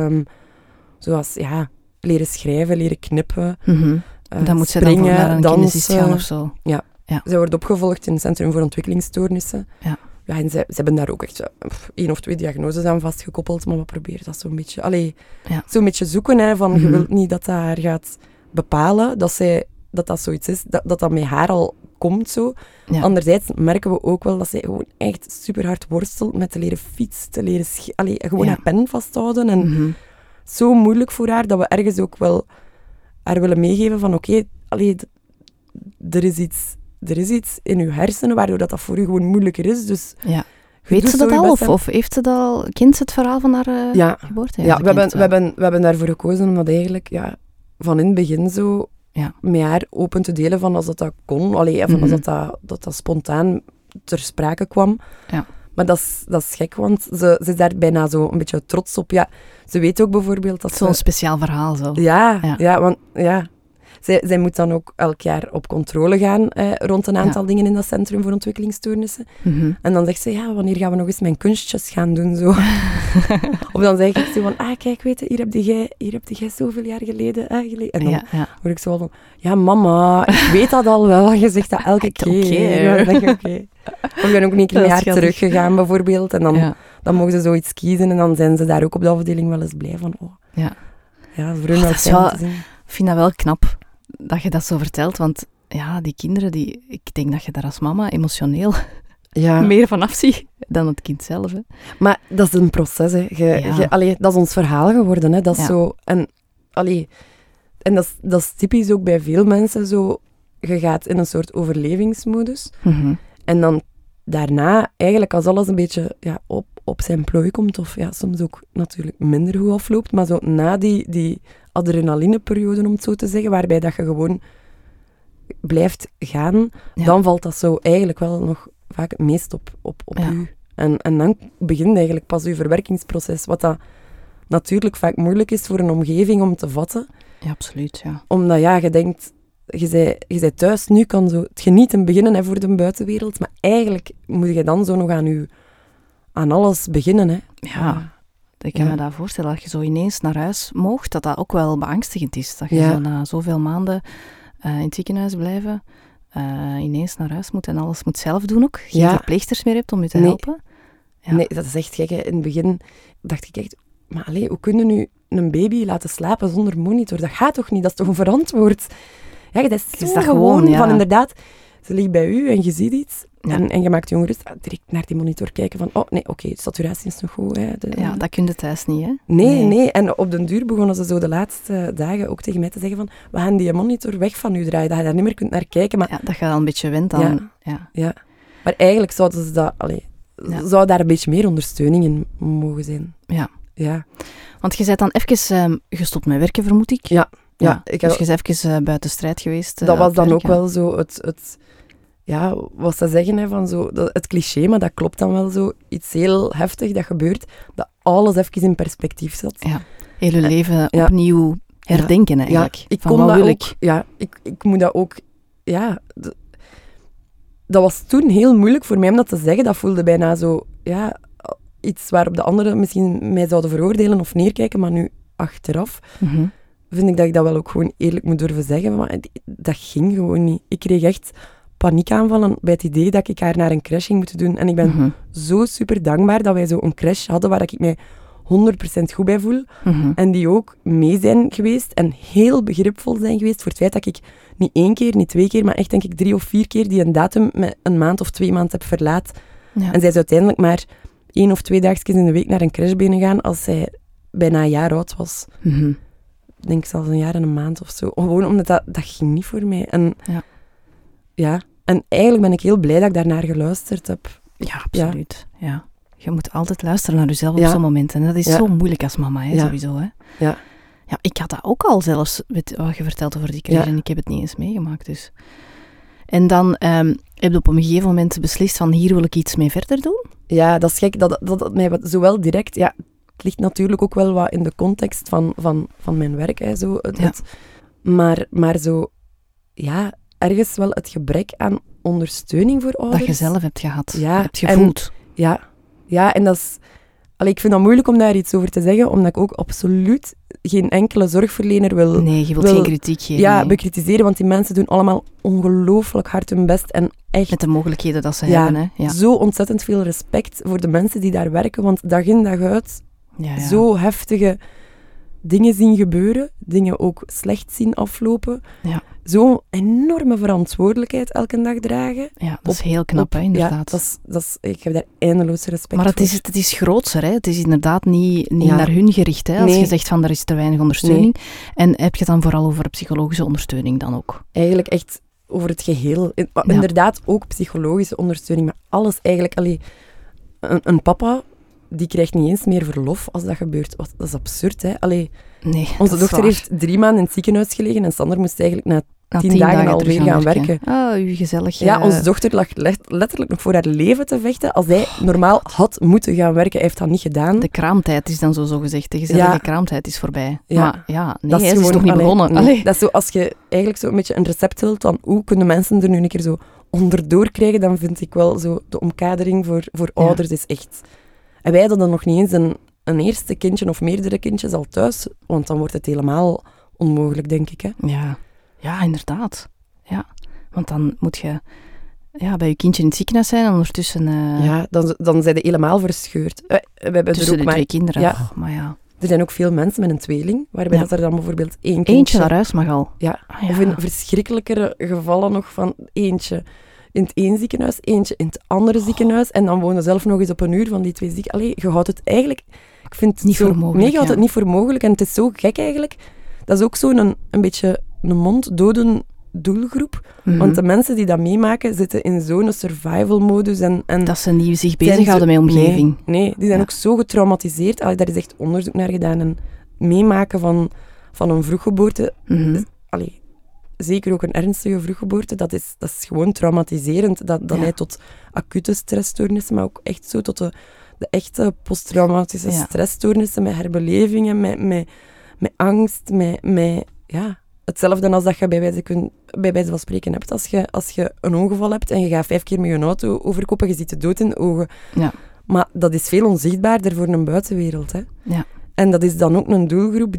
Zoals, leren schrijven, leren knippen, dan moet springen, ze dan naar een dansen. kinesist gaan of zo. Ja. Zij wordt opgevolgd in het Centrum voor Ontwikkelingsstoornissen. Ja. Ja, en ze hebben daar ook echt 1 of 2 diagnoses aan vastgekoppeld, maar we proberen dat zo'n beetje... Zo'n beetje zoeken, hè, van je wilt niet dat haar gaat bepalen, dat zoiets is, dat met haar al komt zo. Ja. Anderzijds merken we ook wel dat zij gewoon echt super hard worstelt met te leren fietsen, te leren gewoon haar pen vasthouden en... Zo moeilijk voor haar, dat we ergens ook wel haar willen meegeven van er is iets in uw hersenen waardoor dat voor u gewoon moeilijker is. Dus weet ze dat al? Of heeft ze dat al? Kent ze het verhaal van haar geboorte? Ja, we hebben daarvoor gekozen om dat eigenlijk van in het begin zo met haar open te delen van als dat kon. Van als dat spontaan ter sprake kwam. Ja. Maar dat is gek, want ze is daar bijna zo een beetje trots op. Ja, ze weet ook bijvoorbeeld dat zo'n speciaal verhaal zo. Want zij moet dan ook elk jaar op controle gaan rond een aantal dingen in dat Centrum voor Ontwikkelingsstoornissen. En dan zegt ze, wanneer gaan we nog eens mijn kunstjes gaan doen? Zo. Of dan zeg ik zo van, kijk, weet je, hier heb jij zoveel jaar geleden geleden. En dan word ik zo van, ja mama, ik weet dat al wel. Je zegt dat elke keer. Ja, dan denk ik, oké. Of ik ben ook een keer een jaar teruggegaan bijvoorbeeld. En dan mogen ze zoiets kiezen. En dan zijn ze daar ook op de afdeling wel eens blij van. Voor hun wel fijn te zien. Ik vind dat wel knap dat je dat zo vertelt. Want die kinderen, ik denk dat je daar als mama emotioneel meer van afziet dan het kind zelf. Hè. Maar dat is een proces. Hè. Dat is ons verhaal geworden. Hè. Dat is zo... En dat is typisch ook bij veel mensen zo. Je gaat in een soort overlevingsmodus. En dan daarna, eigenlijk als alles een beetje op zijn plooi komt, of soms ook natuurlijk minder goed afloopt, maar zo na die adrenalineperiode, om het zo te zeggen, waarbij dat je gewoon blijft gaan, dan valt dat zo eigenlijk wel nog vaak het meest op u. En dan begint eigenlijk pas uw verwerkingsproces, wat dat natuurlijk vaak moeilijk is voor een omgeving om te vatten. Ja, absoluut, ja. Omdat je denkt... Je bent thuis, nu kan zo het genieten beginnen voor de buitenwereld, maar eigenlijk moet je dan zo nog aan alles beginnen. Hè. Ja, ik kan me dat voorstellen, dat je zo ineens naar huis mocht, dat ook wel beangstigend is. Dat je zo na zoveel maanden in het ziekenhuis blijven, ineens naar huis moet en alles moet zelf doen ook. Geen verpleegsters meer hebt om je te helpen. Ja. Nee, dat is echt gek. Hè. In het begin dacht ik echt, maar hoe kunnen nu een baby laten slapen zonder monitor? Dat gaat toch niet? Dat is toch onverantwoord? Ja, dat is zo gewoon van inderdaad, ze ligt bij u en je ziet iets en je maakt je ongerust. Direct naar die monitor kijken van, de saturatie is nog goed. Hè, dat kun je thuis niet, hè? Nee. En op den duur begonnen ze zo de laatste dagen ook tegen mij te zeggen van, we gaan die monitor weg van u draaien, dat je daar niet meer kunt naar kijken. Maar, dat je al een beetje went aan. Ja. Maar eigenlijk zouden ze dat, zou daar een beetje meer ondersteuning in mogen zijn. Ja. Want je bent dan even gestopt met werken, vermoed ik. Ja. Ja, dus je is even buiten strijd geweest. Dat was dan ook wel zo wat ze zeggen, hè, van zo, het cliché, maar dat klopt dan wel zo. Iets heel heftig dat gebeurt, dat alles even in perspectief zat. Ja, hele leven opnieuw herdenken eigenlijk. Ja, ik moet dat ook... Ja, dat was toen heel moeilijk voor mij om dat te zeggen. Dat voelde bijna zo... Ja, iets waarop de anderen misschien mij zouden veroordelen of neerkijken, maar nu achteraf vind ik dat ik dat wel ook gewoon eerlijk moet durven zeggen. Maar dat ging gewoon niet. Ik kreeg echt paniekaanvallen bij het idee dat ik haar naar een crash ging moeten doen. En ik ben zo super dankbaar dat wij zo een crash hadden waar ik mij 100% goed bij voel. En die ook mee zijn geweest en heel begripvol zijn geweest voor het feit dat ik niet 1 keer, niet 2 keer, maar echt denk ik 3 of 4 keer die een datum met 1 maand of 2 maanden heb verlaat. Ja. En zij is uiteindelijk maar 1 of 2 dagjes in de week naar een crash gehen als zij bijna een jaar oud was. Ik denk zelfs 1 jaar en 1 maand of zo. Gewoon omdat dat ging niet voor mij. En en eigenlijk ben ik heel blij dat ik daarnaar geluisterd heb. Ja, absoluut. Ja. Je moet altijd luisteren naar jezelf op zo'n moment. En dat is zo moeilijk als mama, hè, sowieso. Hè. Ja. Ja, ik had dat ook al zelfs, wat je vertelt over die crash, en ik heb het niet eens meegemaakt. Dus. En dan heb je op een gegeven moment beslist van hier wil ik iets mee verder doen? Ja, dat is gek. Dat mij zowel direct... Ja, het ligt natuurlijk ook wel wat in de context van mijn werk. Hè, zo, maar zo... Ja, ergens wel het gebrek aan ondersteuning voor ouders. Dat je zelf hebt gehad, hebt gevoeld. Ja, en dat is... ik vind het moeilijk om daar iets over te zeggen, omdat ik ook absoluut geen enkele zorgverlener wil... Nee, je wilt geen kritiek geven. Ja, bekritiseren, want die mensen doen allemaal ongelooflijk hard hun best. En echt... Met de mogelijkheden dat ze hebben, hè. Ja. Zo ontzettend veel respect voor de mensen die daar werken, want dag in dag uit zo heftige dingen zien gebeuren, dingen ook slecht zien aflopen. Ja. Zo'n enorme verantwoordelijkheid elke dag dragen. Ja, dat is heel knap, hè, inderdaad. Ja, ik heb daar eindeloos respect voor. Maar het is grootser, hè. Het is inderdaad niet naar hun gericht, hè. Als je zegt van, er is te weinig ondersteuning. Nee. En heb je het dan vooral over psychologische ondersteuning dan ook? Eigenlijk echt over het geheel. Inderdaad ook psychologische ondersteuning, maar alles eigenlijk. Een papa, die krijgt niet eens meer verlof als dat gebeurt. Dat is absurd, hè. Nee, onze dochter heeft 3 maanden in het ziekenhuis gelegen en Sander moest eigenlijk na 10 dagen alweer gaan werken. Oh, gezellig. Ja, onze dochter lag letterlijk nog voor haar leven te vechten. Als hij normaal had moeten gaan werken, hij heeft dat niet gedaan. De kraamtijd is dan zo gezegd. De gezellige kraamtijd is voorbij. Ja. Maar dat is nog niet begonnen. Nee. Dat is zo, als je eigenlijk zo een beetje een recept wilt van hoe kunnen mensen er nu een keer zo onderdoor krijgen, dan vind ik wel zo de omkadering voor ouders is echt... En wij hadden dan nog niet eens een eerste kindje of meerdere kindjes al thuis, want dan wordt het helemaal onmogelijk, denk ik. Hè? Ja, inderdaad. Ja. Want dan moet je bij je kindje in het ziekenhuis zijn en ondertussen... Ja, dan zijn ze helemaal verscheurd. We hebben tussen er ook de 2 kinderen. Ja. Maar ja. Er zijn ook veel mensen met een tweeling, waarbij dat er dan bijvoorbeeld 1 kindje... Eentje naar huis mag al. Ja. Of in verschrikkelijkere gevallen nog van eentje in het 1 ziekenhuis, eentje in het andere ziekenhuis, en dan wonen zelf nog eens op 1 uur van die 2 ziekenhuizen. Je houdt het eigenlijk... Ik vind het niet voor mogelijk. Nee, je houdt het niet voor mogelijk. En het is zo gek eigenlijk. Dat is ook zo'n een beetje een monddoden doelgroep. Want de mensen die dat meemaken, zitten in zo'n survival-modus. En dat ze niet zich bezighouden met omgeving. Nee, die zijn ook zo getraumatiseerd. Daar is echt onderzoek naar gedaan. En meemaken van een vroeggeboorte... Zeker ook een ernstige vroeggeboorte, dat is gewoon traumatiserend. Dat leidt tot acute stressstoornissen, maar ook echt zo tot de echte posttraumatische stressstoornissen met herbelevingen, met angst, met hetzelfde als dat je bij wijze van spreken hebt. Als je een ongeval hebt en je gaat 5 keer met je auto overkoppen, je ziet de dood in de ogen. Ja. Maar dat is veel onzichtbaarder voor een buitenwereld. Hè. Ja. En dat is dan ook een doelgroep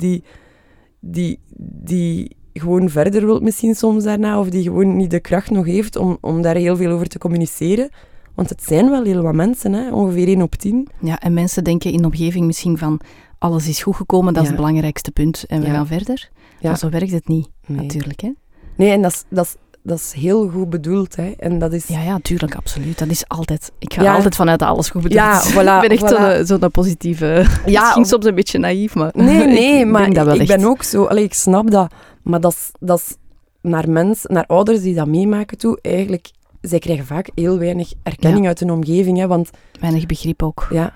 die gewoon verder wil misschien soms daarna, of die gewoon niet de kracht nog heeft om daar heel veel over te communiceren. Want het zijn wel heel wat mensen, hè? Ongeveer 1 op 10. Ja, en mensen denken in de omgeving misschien van alles is goed gekomen, dat is het belangrijkste punt en we gaan verder. Ja. Maar zo werkt het niet, natuurlijk. Hè? Nee, en dat is heel goed bedoeld. Hè? En dat is... Ja, tuurlijk, absoluut. Dat is altijd... Ik ga altijd vanuit dat alles goed bedoeld. Ja, voilà, ik ben echt zo'n positieve... misschien soms een beetje naïef, maar... Nee, maar ik ben ook zo... ik snap dat. Maar dat is naar ouders die dat meemaken toe eigenlijk zij krijgen vaak heel weinig erkenning uit hun omgeving. Hè, want, weinig begrip ook. Ja.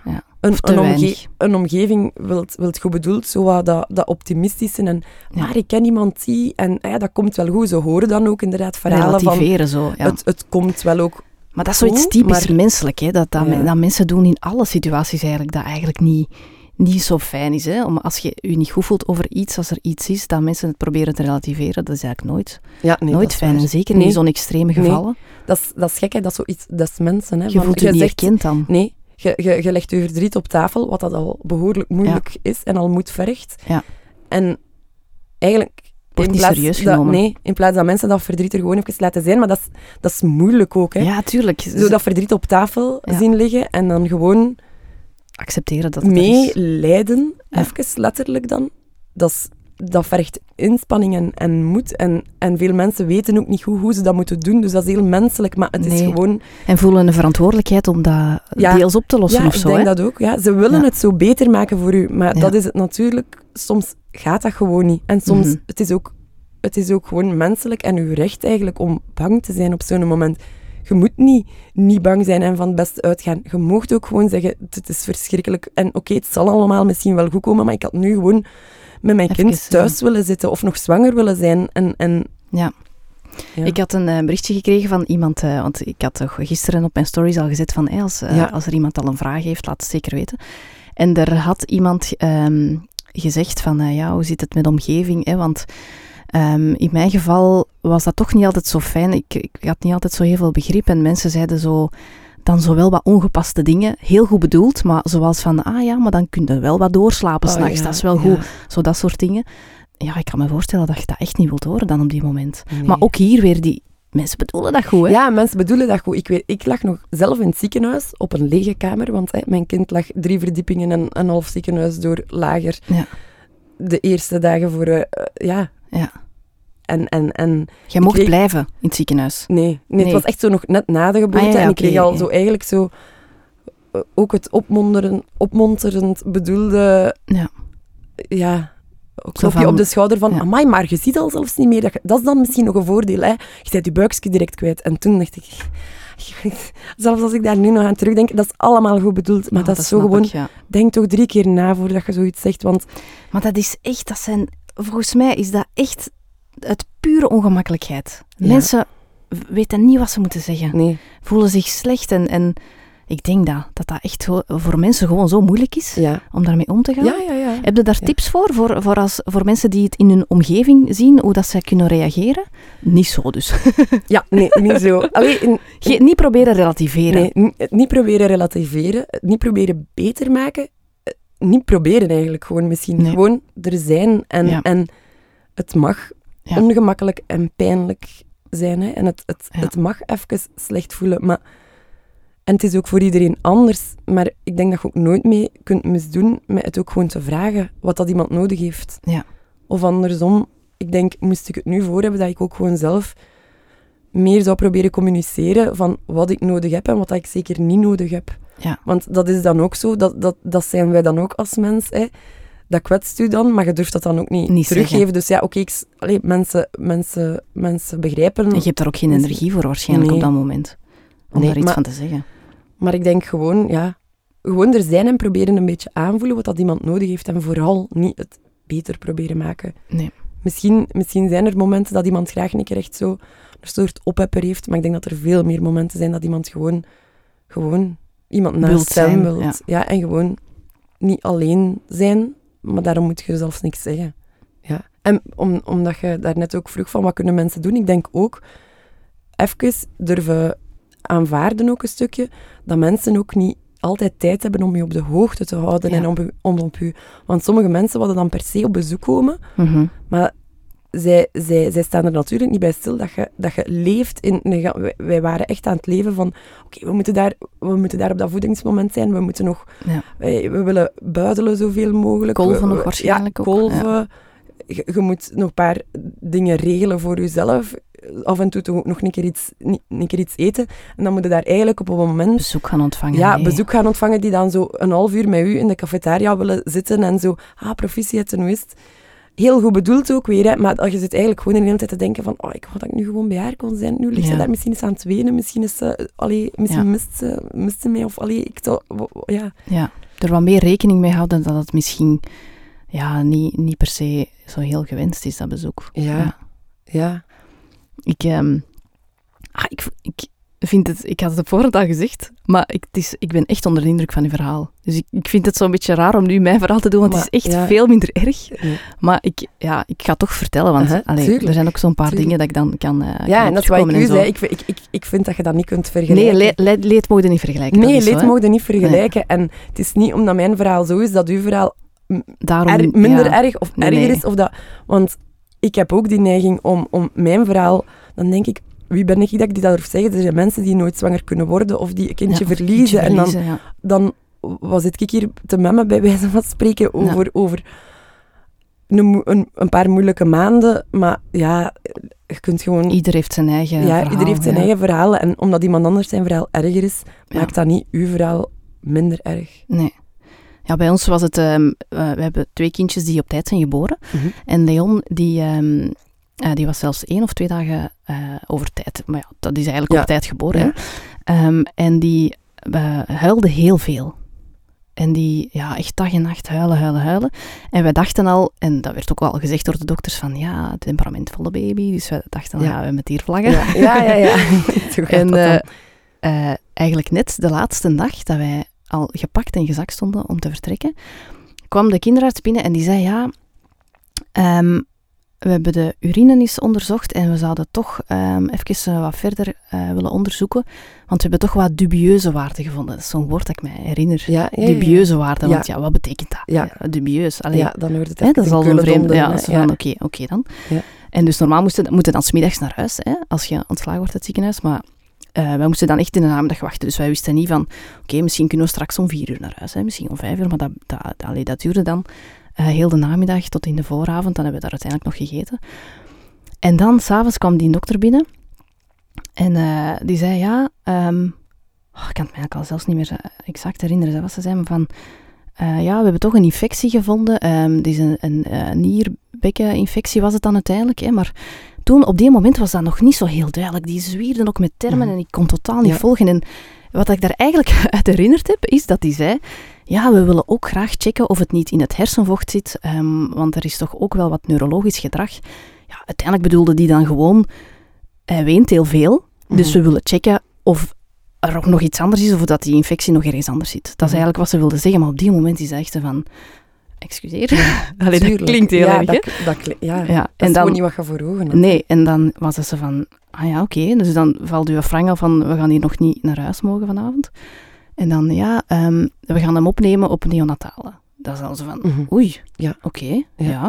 Een omgeving wilt goed bedoeld, zo wat dat optimistische. En, maar ik ken iemand die, en dat komt wel goed. Ze horen dan ook inderdaad verhalen relativeren van... zo, ja. Het komt wel ook... Maar dat is zoiets typisch menselijk, hè? Dat mensen doen in alle situaties eigenlijk, dat eigenlijk niet zo fijn is. Hè? Als je je niet goed voelt over iets, als er iets is, dat mensen het proberen te relativeren, dat is eigenlijk nooit fijn. En zeker niet in zo'n extreme gevallen. Nee. Dat is gek, hè? Dat is zoiets, dat is mensen. Hè? Je voelt je niet herkend dan. Nee. Je legt je verdriet op tafel, wat dat al behoorlijk moeilijk is en al moed vergt. Ja. En eigenlijk... Wordt niet serieus genomen. In plaats dat mensen dat verdriet er gewoon even laten zijn, maar dat is moeilijk ook. Hè? Ja, tuurlijk. Zo dat verdriet op tafel zien liggen en dan gewoon... accepteren dat het meelijden, even letterlijk dan. Dat vergt inspanning en moed. En veel mensen weten ook niet hoe ze dat moeten doen. Dus dat is heel menselijk, maar het is gewoon... En voelen een verantwoordelijkheid om dat deels op te lossen of zo. Ja, ik denk dat ook. Ja. Ze willen het zo beter maken voor u. Maar dat is het natuurlijk... Soms gaat dat gewoon niet. En soms... Het is ook gewoon menselijk en uw recht eigenlijk om bang te zijn op zo'n moment. Je moet niet bang zijn en van het beste uitgaan. Je mag ook gewoon zeggen, het is verschrikkelijk. En oké, het zal allemaal misschien wel goed komen, maar ik had nu gewoon met mijn kind thuis willen zitten of nog zwanger willen zijn. Ja. Ik had een berichtje gekregen van iemand, want ik had toch gisteren op mijn stories al gezet van als er iemand al een vraag heeft, laat het zeker weten. En er had iemand gezegd van, hoe zit het met de omgeving? Hè? Want in mijn geval was dat toch niet altijd zo fijn. Ik had niet altijd zo heel veel begrip en mensen zeiden dan wel wat ongepaste dingen, heel goed bedoeld, maar zoals van, maar dan kun je wel wat doorslapen 's nachts, dat is wel goed. Zo dat soort dingen. Ja, ik kan me voorstellen dat je dat echt niet wilt horen dan op die moment. Nee. Maar ook hier weer mensen bedoelen dat goed, hè? Ja, mensen bedoelen dat goed. Ik lag nog zelf in het ziekenhuis op een lege kamer, want mijn kind lag 3 verdiepingen en een half ziekenhuis door lager. Ja. De eerste dagen voor, Ja. En jij mocht blijven in het ziekenhuis? Nee, het was echt zo nog net na de geboorte. En ik kreeg al zo eigenlijk zo... Ook het opmonterend bedoelde... Ja... klopje op de schouder van... Amai, maar je ziet al zelfs niet meer. Dat is dan misschien nog een voordeel. Hè? Je bent je buikje direct kwijt. En toen dacht ik... Zelfs als ik daar nu nog aan terugdenk, dat is allemaal goed bedoeld. Maar dat is zo gewoon... Denk toch 3 keer na voordat je zoiets zegt. Want... Maar dat is echt... Volgens mij is dat echt... uit pure ongemakkelijkheid. Ja. Mensen weten niet wat ze moeten zeggen. Nee. Voelen zich slecht en ik denk dat echt voor mensen gewoon zo moeilijk is om daarmee om te gaan. Ja. Heb je daar tips voor mensen die het in hun omgeving zien, hoe dat zij kunnen reageren? Niet zo dus. Ja, nee, niet zo. Niet proberen relativeren. Nee, niet proberen relativeren. Niet proberen beter maken. Niet proberen eigenlijk gewoon misschien. Nee. Gewoon er zijn en het mag ongemakkelijk en pijnlijk zijn. Hè? En het mag even slecht voelen. En het is ook voor iedereen anders. Maar ik denk dat je ook nooit mee kunt misdoen met het ook gewoon te vragen wat dat iemand nodig heeft. Ja. Of andersom, ik denk, moest ik het nu voor hebben, dat ik ook gewoon zelf meer zou proberen communiceren van wat ik nodig heb en wat ik zeker niet nodig heb. Ja. Want dat is dan ook zo, dat zijn wij dan ook als mens. Hè. Dat kwetst u dan, maar je durft dat dan ook niet teruggeven. Zeggen. Dus mensen begrijpen... En je hebt daar ook geen energie voor waarschijnlijk op dat moment. Om daar iets van te zeggen. Maar ik denk gewoon er zijn en proberen een beetje aanvoelen wat dat iemand nodig heeft. En vooral niet het beter proberen maken. Nee. Misschien zijn er momenten dat iemand graag een keer echt zo een soort ophepper heeft. Maar ik denk dat er veel meer momenten zijn dat iemand gewoon iemand naast hem wilt. Ja, en gewoon niet alleen zijn. Maar daarom moet je zelfs niks zeggen. Ja. En omdat je daarnet ook vroeg van wat kunnen mensen doen, ik denk ook even durven aanvaarden ook een stukje, dat mensen ook niet altijd tijd hebben om je op de hoogte te houden en om op je... Want sommige mensen willen dan per se op bezoek komen, maar zij staan er natuurlijk niet bij stil dat je leeft in... Wij waren echt aan het leven van, oké, we moeten daar op dat voedingsmoment zijn, we moeten nog... Ja. We willen buidelen zoveel mogelijk. Kolven nog waarschijnlijk ook. Kolven. Ja. Je moet nog een paar dingen regelen voor jezelf. Af en toe toch ook nog een keer iets eten. En dan moet je daar eigenlijk op een moment... Bezoek gaan ontvangen. Ja, bezoek gaan ontvangen die dan zo een half uur met u in de cafetaria willen zitten en zo... proficiat, hoe is het? heel goed bedoeld ook weer, hè, maar je zit eigenlijk gewoon de hele tijd te denken van, ik wou dat ik nu gewoon bij haar kon zijn. Nu ligt ze daar misschien eens aan het wenen, misschien is ze, misschien mist ze mij, of ik zou, ja. Ja, er wat meer rekening mee houden dat het misschien niet per se zo heel gewenst is, dat bezoek. Ja. Ik vind het, ik had het op voorhand al gezegd, maar ik ben echt onder de indruk van uw verhaal. Dus ik vind het zo'n beetje raar om nu mijn verhaal te doen, want het is echt veel minder erg. Ja. Maar ik ga het toch vertellen, want er zijn ook zo'n paar dingen dat ik dan kan en dat is wat ik u zei. Ik vind dat je dat niet kunt vergelijken. Nee, leed mogen niet vergelijken. Nee, leed mogen niet vergelijken. Nee. En het is niet omdat mijn verhaal zo is, dat uw verhaal minder erg of erger is. Of dat, want ik heb ook die neiging om mijn verhaal, dan denk ik, wie ben ik dat ik dat durf zeggen? Er zijn mensen die nooit zwanger kunnen worden of die een kindje verliezen. En dan was ik hier te memmen, bij wijze van spreken, over een paar moeilijke maanden. Maar ja, je kunt gewoon... Ieder heeft zijn eigen verhaal. Ieder heeft zijn eigen verhaal. En omdat iemand anders zijn verhaal erger is, maakt dat niet uw verhaal minder erg. Nee. Ja, bij ons was het... we hebben 2 kindjes die op tijd zijn geboren. Mm-hmm. En Leon, die was zelfs 1 of 2 dagen over tijd. Maar ja, dat is eigenlijk op tijd geboren. Ja. En die huilde heel veel. En die, echt dag en nacht huilen. En wij dachten al, en dat werd ook al gezegd door de dokters, van temperamentvolle baby. Dus wij dachten, we hebben het hier vlaggen. Ja. En eigenlijk net de laatste dag dat wij al gepakt en gezakt stonden om te vertrekken, kwam de kinderarts binnen en die zei, we hebben de urine eens onderzocht en we zouden toch even wat verder willen onderzoeken, want we hebben toch wat dubieuze waarden gevonden. Dat is zo'n woord dat ik mij herinner. Dubieuze waarden, want wat betekent dat? Ja. Dubieus. Dan hoort het dat is al een vreemde. Oké dan. Ja. En dus normaal moeten dan 's middags naar huis, als je ontslagen wordt uit het ziekenhuis, maar wij moesten dan echt in de namiddag wachten. Dus wij wisten niet van, misschien kunnen we straks om 4 uur naar huis, misschien om 5 uur, maar dat duurde dan heel de namiddag tot in de vooravond. Dan hebben we daar uiteindelijk nog gegeten. En dan, 's avonds kwam die dokter binnen. En die zei, ik kan het mij eigenlijk al zelfs niet meer exact herinneren. Wat ze zei, van, we hebben toch een infectie gevonden. Het is een nierbekkeninfectie was het dan uiteindelijk. Hè, maar toen, op die moment, was dat nog niet zo heel duidelijk. Die zwierden ook met termen en ik kon totaal niet volgen. En wat ik daar eigenlijk uit herinnerd heb, is dat hij zei, we willen ook graag checken of het niet in het hersenvocht zit, want er is toch ook wel wat neurologisch gedrag. Ja, uiteindelijk bedoelde die dan gewoon, hij weent heel veel, dus we willen checken of er ook nog iets anders is, of dat die infectie nog ergens anders zit. Dat is eigenlijk wat ze wilde zeggen, maar op die moment is hij echt van, excuseer. Dat klinkt heel erg, hè? Dat is gewoon niet wat je voor ogen hebt. Nee, en dan was ze van, oké, dus dan valt uw frang al van, we gaan hier nog niet naar huis mogen vanavond. En dan, we gaan hem opnemen op neonatale. Dat is dan zo van, oei, oké.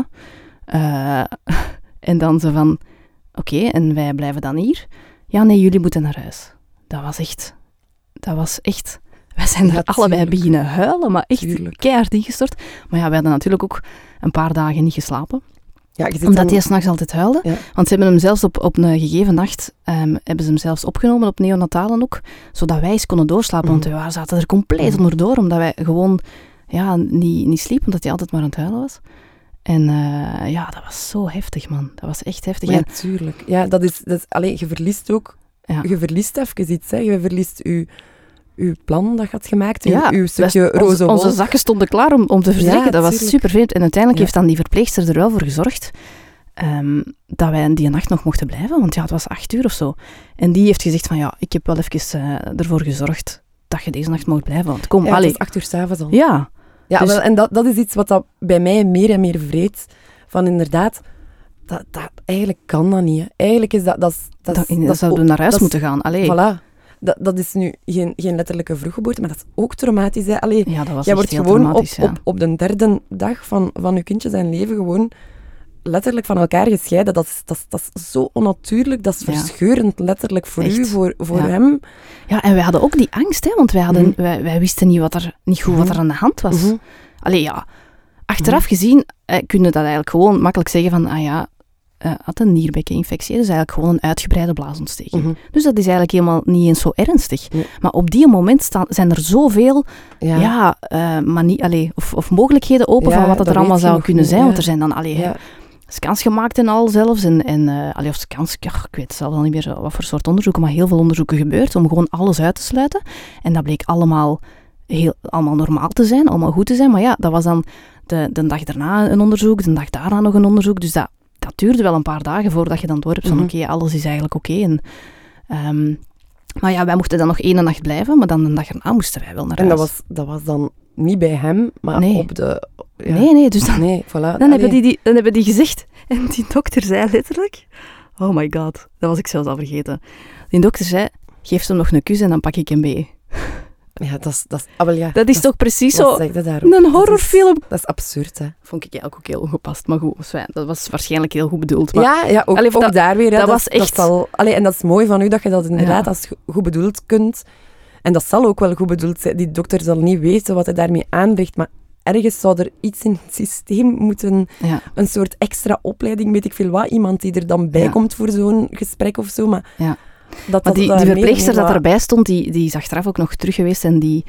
En dan zo van, oké, en wij blijven dan hier? Ja, nee, jullie moeten naar huis. Dat was echt... Wij zijn er allebei beginnen huilen, maar echt keihard ingestort. Maar wij hadden natuurlijk ook een paar dagen niet geslapen. Ja, omdat hij 's nachts altijd huilde. Ja. Want ze hebben hem zelfs op een gegeven nacht hebben ze hem zelfs opgenomen op neonatalen ook, zodat wij eens konden doorslapen. Want we zaten er compleet onderdoor, omdat wij gewoon niet sliepen, omdat hij altijd maar aan het huilen was. En dat was zo heftig, man. Dat was echt heftig. Ja, tuurlijk. Ja, dat is je verliest ook... Ja. Je verliest even iets, hè. Je verliest uw plan dat je had gemaakt, uw stukje roze wolf. Onze zakken stonden klaar om te vertrekken. Ja, dat was super vreemd. En uiteindelijk heeft dan die verpleegster er wel voor gezorgd dat wij die nacht nog mochten blijven. Want het was 8 uur of zo. En die heeft gezegd van, ik heb wel even ervoor gezorgd dat je deze nacht mocht blijven. Want kom, het was 8 uur 's avonds al. Ja. Ja, dus, en dat is iets wat dat bij mij meer en meer vreet. Van inderdaad... Dat, eigenlijk kan dat niet. Hè. Eigenlijk is dat zouden we naar huis moeten gaan. Allee. Voilà. Dat is nu geen letterlijke vroeggeboorte, maar dat is ook traumatisch. Hè. Allee, dat was jij wordt gewoon op de 3e dag van je kindje zijn leven gewoon letterlijk van elkaar gescheiden. Dat is zo onnatuurlijk, dat is verscheurend letterlijk voor u, voor hem. Ja, en wij hadden ook die angst, hè, want wij wisten niet goed wat er aan de hand was. Allee, achteraf gezien kun je dat eigenlijk gewoon makkelijk zeggen van, had een nierbekkeninfectie. Dus eigenlijk gewoon een uitgebreide blaasontsteking. Dus dat is eigenlijk helemaal niet eens zo ernstig. Nee. Maar op die moment zijn er zoveel of mogelijkheden open van wat het er allemaal zou kunnen zijn. Want er zijn dan scans gemaakt en al zelfs. Of scans, ik weet zelf al niet meer wat voor soort onderzoeken, maar heel veel onderzoeken gebeurd om gewoon alles uit te sluiten. En dat bleek allemaal normaal te zijn, allemaal goed te zijn. Maar ja, dat was dan de dag daarna een onderzoek, de dag daarna nog een onderzoek. Dus dat duurde wel een paar dagen voordat je dan door hebt van oké, alles is eigenlijk oké. Maar ja, wij mochten dan nog 1 nacht blijven, maar dan de dag erna moesten wij wel naar huis. En dat was dan niet bij hem, maar op de... Ja. Nee, dus dan, voilà. dan hebben die gezegd. En die dokter zei letterlijk... Oh my god, dat was ik zelfs al vergeten. Die dokter zei, geef ze hem nog een kus en dan pak ik hem mee. Ja, dat is toch precies zo een horrorfilm. Dat is absurd, hè. Vond ik eigenlijk ook heel ongepast, maar goed, dat was waarschijnlijk heel goed bedoeld. Maar, ja, ook daar weer. Dat was echt... en dat is mooi van u, dat je dat inderdaad als goed bedoeld kunt. En dat zal ook wel goed bedoeld zijn. Die dokter zal niet weten wat hij daarmee aanbrengt, maar ergens zou er iets in het systeem moeten... Ja. Een soort extra opleiding, weet ik veel wat. Iemand die er dan bij komt voor zo'n gesprek of zo, maar... Ja. Die verpleegster dat erbij stond, die is achteraf ook nog terug geweest en die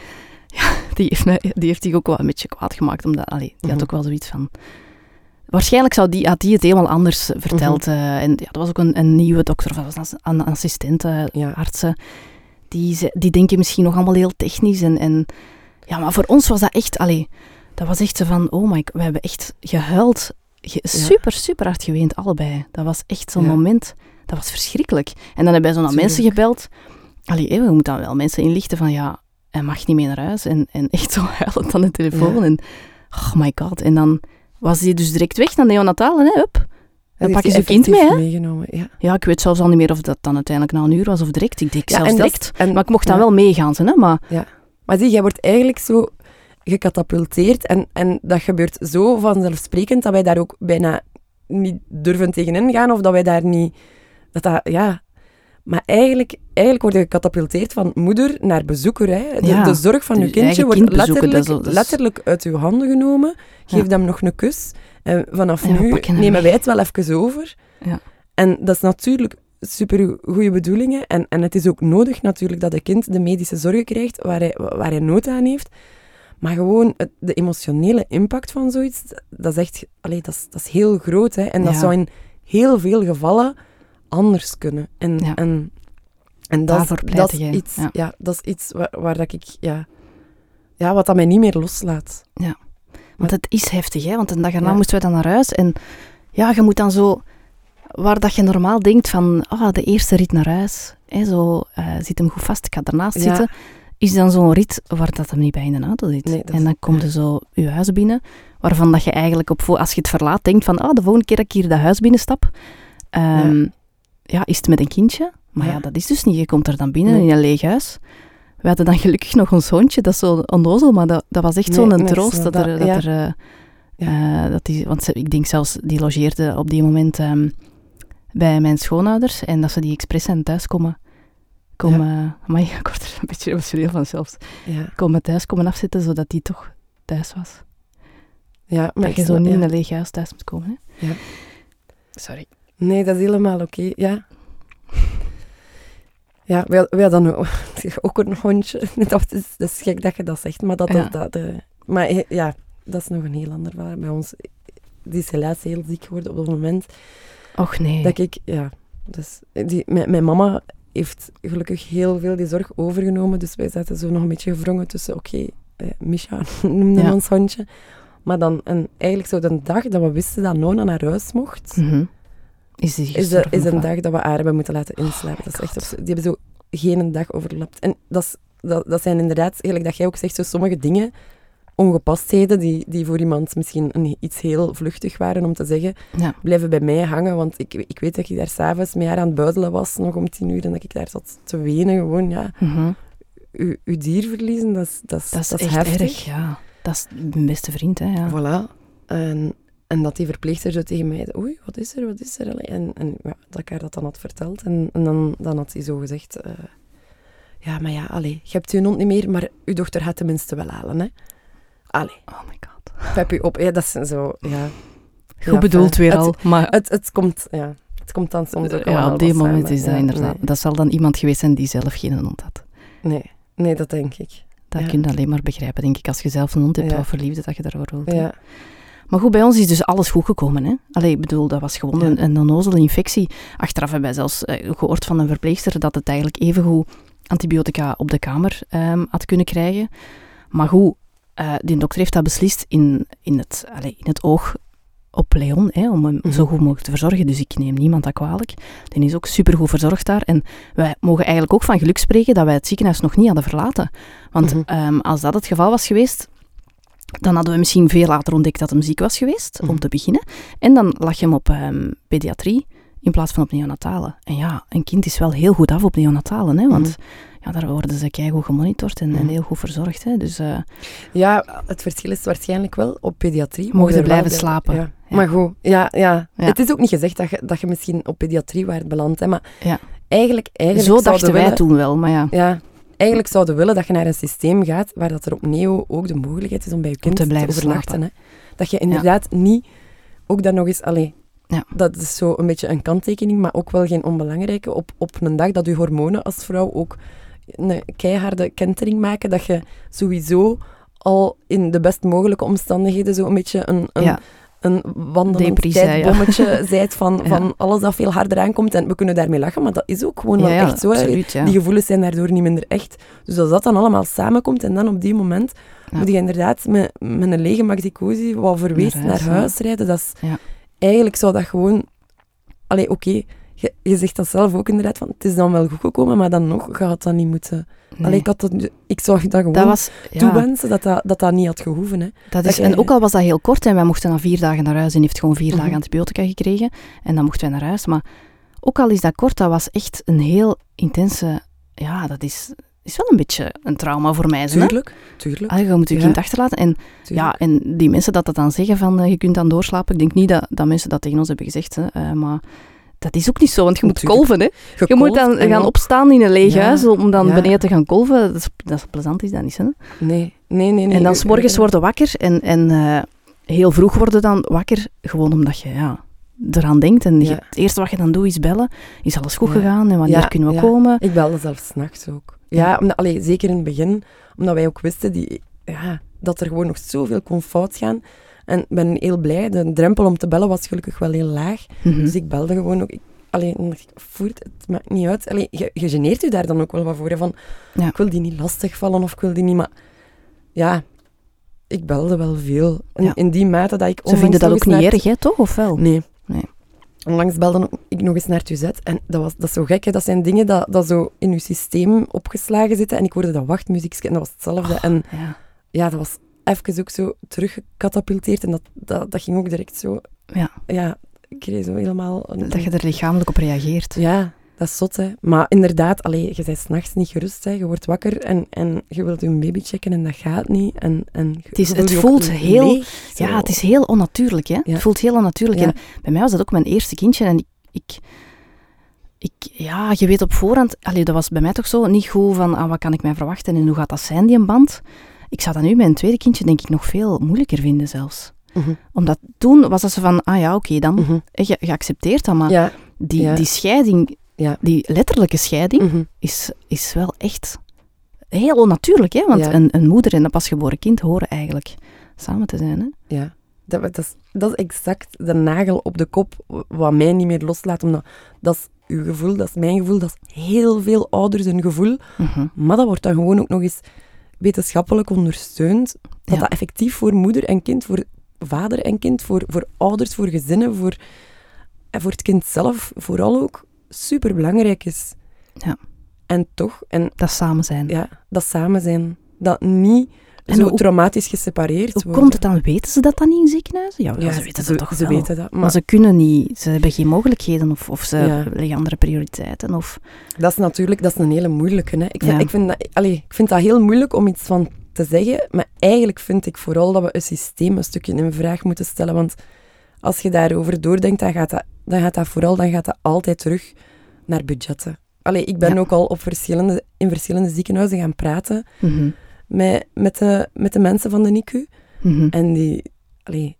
heeft zich ook wel een beetje kwaad gemaakt. Omdat, die had ook wel zoiets van... Waarschijnlijk had die het helemaal anders verteld. En dat was ook een nieuwe dokter, of dat was een assistent, artsen. Die denken misschien nog allemaal heel technisch. Ja, maar voor ons was dat echt... dat was echt zo van, oh my god, we hebben echt gehuild. Super, super hard geweend, allebei. Dat was echt zo'n moment... Dat was verschrikkelijk. En dan hebben wij zo naar mensen gebeld. We moeten dan wel mensen inlichten van ja, hij mag niet mee naar huis. En echt zo huilend aan de telefoon. Ja. En oh my god. En dan was hij dus direct weg naar neonataal. En hup. Dan pak je zijn kind mee. Hè? Meegenomen, ja, ik weet zelfs al niet meer of dat dan uiteindelijk na een uur was of direct. Ik denk zelfs direct. Maar ik mocht dan wel meegaan. Hè? Maar zie, jij wordt eigenlijk zo gecatapulteerd. En dat gebeurt zo vanzelfsprekend dat wij daar ook bijna niet durven tegenin gaan. Of dat wij daar niet... Maar eigenlijk word je gecatapulteerd van moeder naar bezoeker. Hè. De zorg van je kindje wordt letterlijk uit je handen genomen. Geef hem nog een kus. Vanaf nu nemen wij het wel even over. Ja. En dat is natuurlijk super goede bedoelingen. En het is ook nodig natuurlijk dat het kind de medische zorg krijgt waar hij nood aan heeft. Maar gewoon de emotionele impact van zoiets, dat is echt... dat is heel groot. Hè. En dat zou in heel veel gevallen... anders kunnen. En dat is iets, dat is iets waar dat ik, wat dat mij niet meer loslaat. Ja, want het is heftig, hè? Want een dag erna moesten we dan naar huis en je moet dan zo, waar dat je normaal denkt van, de eerste rit naar huis, hè, zo zit hem goed vast, ik ga ernaast zitten, is dan zo'n rit waar dat hem niet bij in de auto zit. Nee, en dan komt je zo je huis binnen, waarvan dat je eigenlijk als je het verlaat denkt van, de volgende keer dat ik hier dat huis binnenstap, is het met een kindje? Maar dat is dus niet. Je komt er dan binnen in een leeg huis. We hadden dan gelukkig nog ons hondje, dat is zo onnozel, maar dat was echt zo'n troost. Want ik denk zelfs, die logeerde op die moment bij mijn schoonouders en dat ze die expres aan thuis komen. Maar ik word er een beetje emotioneel van zelfs. Ja. Komen thuis komen afzetten, zodat die toch thuis was. Ja, maar dat je zo niet in een leeg huis thuis moet komen. Hè? Ja. Sorry. Nee, dat is helemaal oké. Ja. Ja, we hadden ook een hondje. Dat is gek dat je dat zegt, maar dat is nog een heel ander verhaal. Bij ons, die is helaas heel ziek geworden op dat moment. Och nee. Dat ik, dus mijn mama heeft gelukkig heel veel die zorg overgenomen, dus wij zaten zo nog een beetje gevrongen tussen, Misha noemde ons hondje. Maar dan, en eigenlijk zo de dag dat we wisten dat Nona naar huis mocht... Mm-hmm. Is een dag dat we haar hebben moeten laten inslapen. Dat is echt die hebben zo geen dag overlapt. En dat zijn inderdaad, eigenlijk dat jij ook zegt, zo sommige dingen, ongepastheden, die voor iemand misschien iets heel vluchtig waren om te zeggen, blijven bij mij hangen. Want ik weet dat ik daar s'avonds met haar aan het buidelen was, nog om 10 uur, en dat ik daar zat te wenen. Gewoon, uw dier verliezen, dat is echt heftig. Erg, ja. Dat is mijn beste vriend, hè. Ja. Voilà. En dat die verpleegster zo tegen mij... Oei, wat is er? En dat ik haar dat dan had verteld. En dan had hij zo gezegd... je hebt uw hond niet meer, maar uw dochter gaat tenminste wel halen, hè. Allee. Oh my god. Pep u op. Ja, dat zijn zo... Ja. Goed bedoeld weer al. Maar het komt dan soms ook allemaal op die moment samen. is dat inderdaad. Nee. Dat zal dan iemand geweest zijn die zelf geen hond had. Nee, dat denk ik. Dat kun je alleen maar begrijpen, denk ik. Als je zelf een hond hebt, wat voor liefde dat je daarvoor wilt. Ja. Maar goed, bij ons is dus alles goed gekomen. Hè? Allee, ik bedoel, dat was gewoon een onnozele infectie. Achteraf hebben wij zelfs gehoord van een verpleegster dat het eigenlijk evengoed antibiotica op de kamer had kunnen krijgen. Maar goed, die dokter heeft dat beslist in het oog op Leon, om hem zo goed mogelijk te verzorgen. Dus ik neem niemand dat kwalijk. Die is ook supergoed verzorgd daar. En wij mogen eigenlijk ook van geluk spreken dat wij het ziekenhuis nog niet hadden verlaten. Want als dat het geval was geweest, dan hadden we misschien veel later ontdekt dat hem ziek was geweest, om te beginnen. En dan lag je hem op pediatrie in plaats van op neonatale. En ja, een kind is wel heel goed af op neonatale, hè, want daar worden ze keigoed gemonitord en heel goed verzorgd. Hè, dus, ja, het verschil is waarschijnlijk wel op pediatrie. Mogen ze blijven slapen. Ja. Ja. Maar goed, ja. Het is ook niet gezegd dat je misschien op pediatrie waart beland, hè, maar eigenlijk zo dachten wij toen wel, maar ja. Eigenlijk zouden willen dat je naar een systeem gaat waar dat er op neo ook de mogelijkheid is om bij je kind te overnachten. Hè. Dat je inderdaad niet ook dan nog eens... Dat is zo een beetje een kanttekening, maar ook wel geen onbelangrijke. Op een dag dat je hormonen als vrouw ook een keiharde kentering maken, dat je sowieso al in de best mogelijke omstandigheden zo een beetje een wandelend tijdbommetje zijt van alles dat veel harder aankomt. En we kunnen daarmee lachen, maar dat is ook gewoon wel echt zo. Absoluut, Die gevoelens zijn daardoor niet minder echt. Dus als dat dan allemaal samenkomt en dan op die moment moet je inderdaad met een lege maxicosi wat verweest naar huis rijden. Dat is... Eigenlijk zou dat gewoon... Oké, je zegt dat zelf ook inderdaad, van het is dan wel goed gekomen, maar dan nog, je had dat niet moeten... Nee. Ik zou dat gewoon toewensen dat niet had gehoeven. Hè. En ook al was dat heel kort, en wij mochten na 4 dagen naar huis en heeft gewoon 4 dagen antibiotica gekregen, en dan mochten wij naar huis, maar ook al is dat kort, dat was echt een heel intense... Ja, dat is wel een beetje een trauma voor mij. Tuurlijk. Je moet je kind achterlaten. En, en die mensen dat dan zeggen van je kunt dan doorslapen, ik denk niet dat mensen dat tegen ons hebben gezegd. Hè. Maar dat is ook niet zo, want je moet kolven. Hè. Je moet dan gaan opstaan in een leeg huis om dan beneden te gaan kolven. Dat is plezant, is dat niet, hè? Nee. En dan 's morgens worden wakker en heel vroeg worden dan wakker, gewoon omdat je eraan denkt. En het eerste wat je dan doet is bellen. Is alles goed gegaan en wanneer kunnen we komen? Ik belde zelfs 's nachts ook. Ja, zeker in het begin, omdat wij ook wisten dat er gewoon nog zoveel kon fout gaan. En ik ben heel blij. De drempel om te bellen was gelukkig wel heel laag. Dus ik belde gewoon ook. Het maakt niet uit. Je geneert je daar dan ook wel wat voor. Hè, van, ik wil die niet lastigvallen of ik wil die niet... Maar ja, ik belde wel veel. In die mate dat ik... Ze vinden dat ook niet erg, hè, toch? Of wel? Nee. Onlangs belde ik nog eens naar het UZ en dat is zo gek. Hè? Dat zijn dingen dat zo in je systeem opgeslagen zitten. En ik hoorde dat wachtmuziekje en dat was hetzelfde. Dat was even ook zo teruggecatapulteerd. En dat ging ook direct zo... Ja, ik kreeg zo helemaal... Dat je er lichamelijk op reageert. Ja, dat is zot, hè. Maar inderdaad, je bent 's nachts niet gerust, hè. Je wordt wakker en je wilt je baby checken en dat gaat niet. Het voelt heel... Leeg, het is heel onnatuurlijk, hè. Ja. Het voelt heel onnatuurlijk. Ja. En bij mij was dat ook mijn eerste kindje en je weet op voorhand... dat was bij mij toch zo niet goed van wat kan ik mij verwachten en hoe gaat dat zijn, die band. Ik zou dat nu met een tweede kindje denk ik nog veel moeilijker vinden zelfs. Omdat toen was dat zo van, oké, dan. Je accepteert dat, maar die scheiding... Ja. Die letterlijke scheiding is wel echt heel onnatuurlijk, hè? Want een moeder en een pasgeboren kind horen eigenlijk samen te zijn. Hè? Ja, dat is exact de nagel op de kop wat mij niet meer loslaat. Omdat dat is uw gevoel, dat is mijn gevoel, dat is heel veel ouders hun gevoel. Maar dat wordt dan gewoon ook nog eens wetenschappelijk ondersteund. Dat effectief voor moeder en kind, voor vader en kind, voor ouders, voor gezinnen, voor het kind zelf vooral ook superbelangrijk is. Ja. En toch... dat samen zijn. Ja, dat samen zijn. Dat niet zo traumatisch gesepareerd wordt. Hoe komt het dan? Weten ze dat dan niet in ziekenhuizen? Ja, ze weten dat toch wel. Ze weten dat. Maar ze kunnen niet. Ze hebben geen mogelijkheden of ze leggen andere prioriteiten. Of... Dat is een hele moeilijke. Hè. Ik vind dat heel moeilijk om iets van te zeggen, maar eigenlijk vind ik vooral dat we een systeem een stukje in vraag moeten stellen, want als je daarover doordenkt, dan gaat dat altijd terug naar budgetten. Ik ben ook al in verschillende ziekenhuizen gaan praten met de mensen van de NICU. En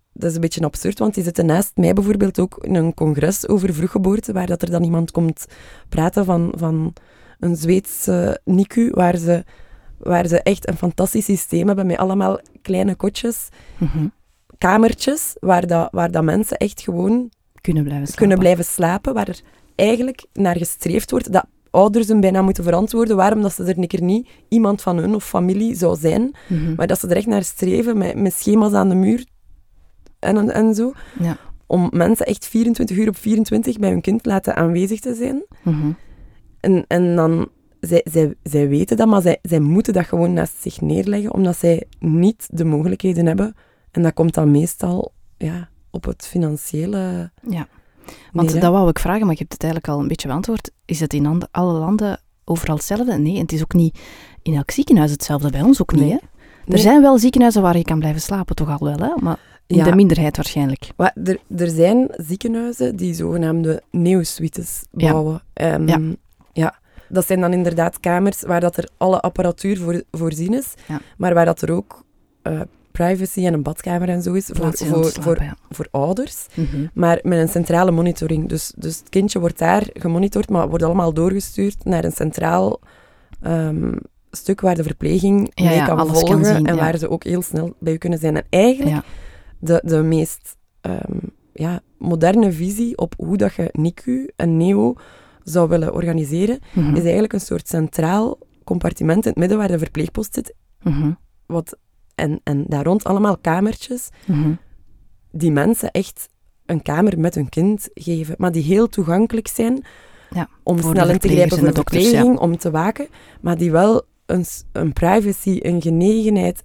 dat is een beetje absurd, want die zitten naast mij bijvoorbeeld ook in een congres over vroeggeboorte, waar dat er dan iemand komt praten van een Zweedse NICU, waar ze echt een fantastisch systeem hebben met allemaal kleine kotjes, kamertjes, waar dat mensen echt gewoon kunnen blijven slapen, waar er eigenlijk naar gestreefd wordt dat ouders hun bijna moeten verantwoorden waarom dat ze er een keer niet iemand van hun of familie zou zijn, maar dat ze er echt naar streven met schema's aan de muur en zo, om mensen echt 24 uur op 24 bij hun kind laten aanwezig te zijn. En dan, zij weten dat, maar zij moeten dat gewoon naast zich neerleggen, omdat zij niet de mogelijkheden hebben. En dat komt dan meestal op het financiële... Ja, want dat wou ik vragen, maar je hebt het eigenlijk al een beetje beantwoord. Is het in alle landen overal hetzelfde? Nee, en het is ook niet in elk ziekenhuis hetzelfde, bij ons ook niet, hè? Er zijn wel ziekenhuizen waar je kan blijven slapen, toch al wel, hè? Maar in de minderheid waarschijnlijk. Er zijn ziekenhuizen die zogenaamde neosuites bouwen. Dat zijn dan inderdaad kamers waar dat er alle apparatuur voorzien is, maar waar dat er ook privacy en een badkamer en zo is voor ouders, maar met een centrale monitoring. Dus het kindje wordt daar gemonitord, maar wordt allemaal doorgestuurd naar een centraal stuk waar de verpleging mee kan volgen zien, en waar ze ook heel snel bij u kunnen zijn. En eigenlijk de meest moderne visie op hoe dat je NICU en NEO zou willen organiseren, is eigenlijk een soort centraal compartiment in het midden waar de verpleegpost zit. En daar rond allemaal kamertjes die mensen echt een kamer met hun kind geven, maar die heel toegankelijk zijn om snel in te grijpen voor de verpleging, om te waken, maar die wel een privacy, een genegenheid,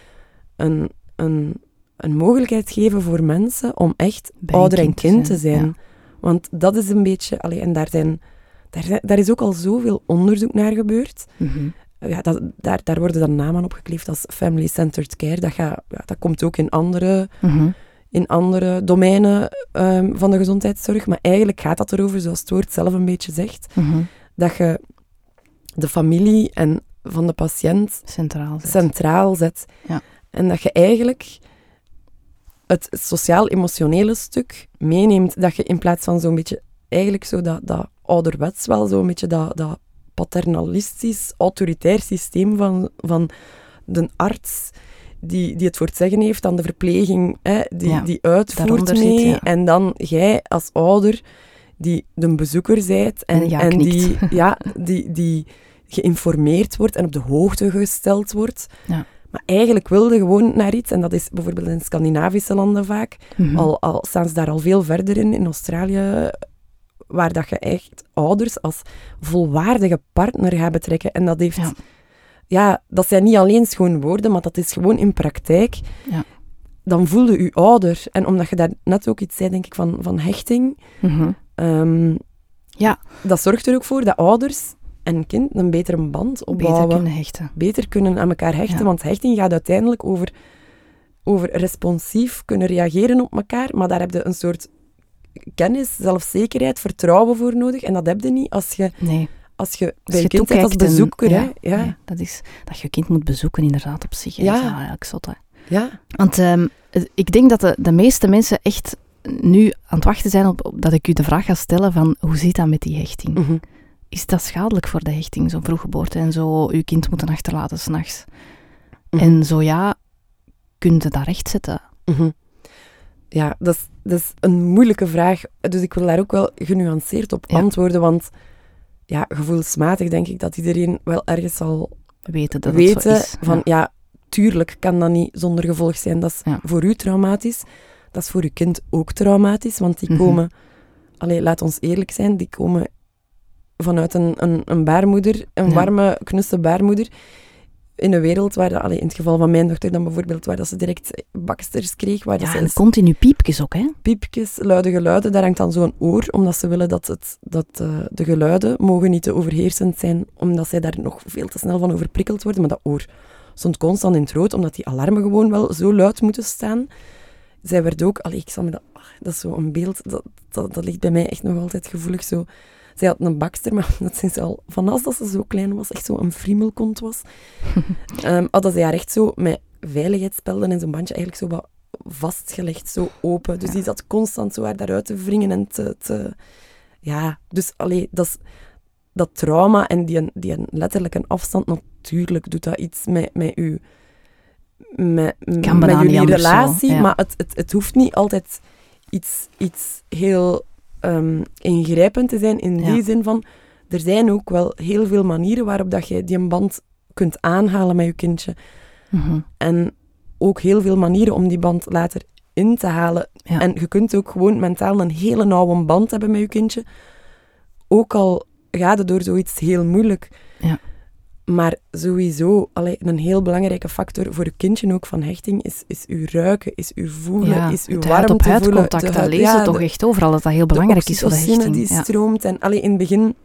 een mogelijkheid geven voor mensen om echt ouder en kind te zijn. Ja. Want dat is een beetje... en daar is ook al zoveel onderzoek naar gebeurd. Daar worden dan namen opgekleefd als family-centered care. Dat komt ook in andere domeinen van de gezondheidszorg. Maar eigenlijk gaat dat erover, zoals het woord zelf een beetje zegt, dat je de familie en van de patiënt centraal zet. Ja. En dat je eigenlijk het sociaal-emotionele stuk meeneemt, dat je in plaats van zo'n beetje, eigenlijk zo dat ouderwets wel, zo'n beetje dat paternalistisch, autoritair systeem van de arts die het voor het zeggen heeft, aan de verpleging die uitvoert mee, zit, en dan jij als ouder die de bezoeker zijt en die geïnformeerd wordt en op de hoogte gesteld wordt. Ja. Maar eigenlijk wilde gewoon naar iets, en dat is bijvoorbeeld in Scandinavische landen vaak, al staan ze daar al veel verder in Australië, waar dat je echt ouders als volwaardige partner gaat betrekken. En dat heeft... dat zijn niet alleen schoon woorden, maar dat is gewoon in praktijk. Ja. Dan voelde je ouder. En omdat je daar net ook iets zei, denk ik, van hechting. Dat zorgt er ook voor dat ouders en kind een betere band opbouwen. Beter kunnen aan elkaar hechten. Ja. Want hechting gaat uiteindelijk over responsief kunnen reageren op elkaar. Maar daar heb je een soort kennis, zelfzekerheid, vertrouwen voor nodig. En dat heb je niet als je bij je kind zit als bezoeker. Dat is dat je je kind moet bezoeken, inderdaad, op zich. Ja. Dat is eigenlijk zot, hè. Ja. Want ik denk dat de meeste mensen echt nu aan het wachten zijn op dat ik u de vraag ga stellen van, hoe zit dat met die hechting? Is dat schadelijk voor de hechting, zo'n vroeggeboorte, en zo uw kind moeten achterlaten 's nachts? En zo kun je dat rechtzetten? Ja, dat is een moeilijke vraag. Dus ik wil daar ook wel genuanceerd op antwoorden, want gevoelsmatig denk ik dat iedereen wel ergens zal weten dat het zo is. Van, tuurlijk kan dat niet zonder gevolg zijn. Dat is voor u traumatisch. Dat is voor uw kind ook traumatisch, want die komen... laat ons eerlijk zijn, die komen vanuit een baarmoeder, een warme, knusse baarmoeder, in een wereld waar, in het geval van mijn dochter dan bijvoorbeeld, waar dat ze direct baksters kreeg. Waar en continu piepjes ook, hè? Piepjes, luide geluiden, daar hangt dan zo'n oor, omdat ze willen dat de geluiden mogen niet te overheersend zijn, omdat zij daar nog veel te snel van overprikkeld worden. Maar dat oor stond constant in het rood, omdat die alarmen gewoon wel zo luid moeten staan. Zij werd ook... ik zal me dat is zo'n beeld, dat ligt bij mij echt nog altijd gevoelig zo. Zij had een bakster, maar dat sinds al vanaf dat ze zo klein was, echt zo een friemelkont was. Hadden zij haar echt zo met veiligheidsspelden en zo'n bandje eigenlijk zo wat vastgelegd, zo open. Dus die zat constant zo haar daaruit te wringen en ja, dus dat trauma en die letterlijke afstand, natuurlijk doet dat iets met jullie relatie, zo, ja. maar het hoeft niet altijd iets heel ingrijpend te zijn in die zin van, er zijn ook wel heel veel manieren waarop dat je die een band kunt aanhalen met je kindje. Mm-hmm. En ook heel veel manieren om die band later in te halen. Ja. En je kunt ook gewoon mentaal een hele nauwe band hebben met je kindje. Ook al gaat het door zoiets heel moeilijk. Ja. Maar sowieso, een heel belangrijke factor voor je kindje ook van hechting is uw ruiken, is uw voelen, is uw warmte voelen. Huid-op-huid-contact, dat lezen toch echt overal, dat heel belangrijk is voor de hechting. Die stroomt. En in het begin,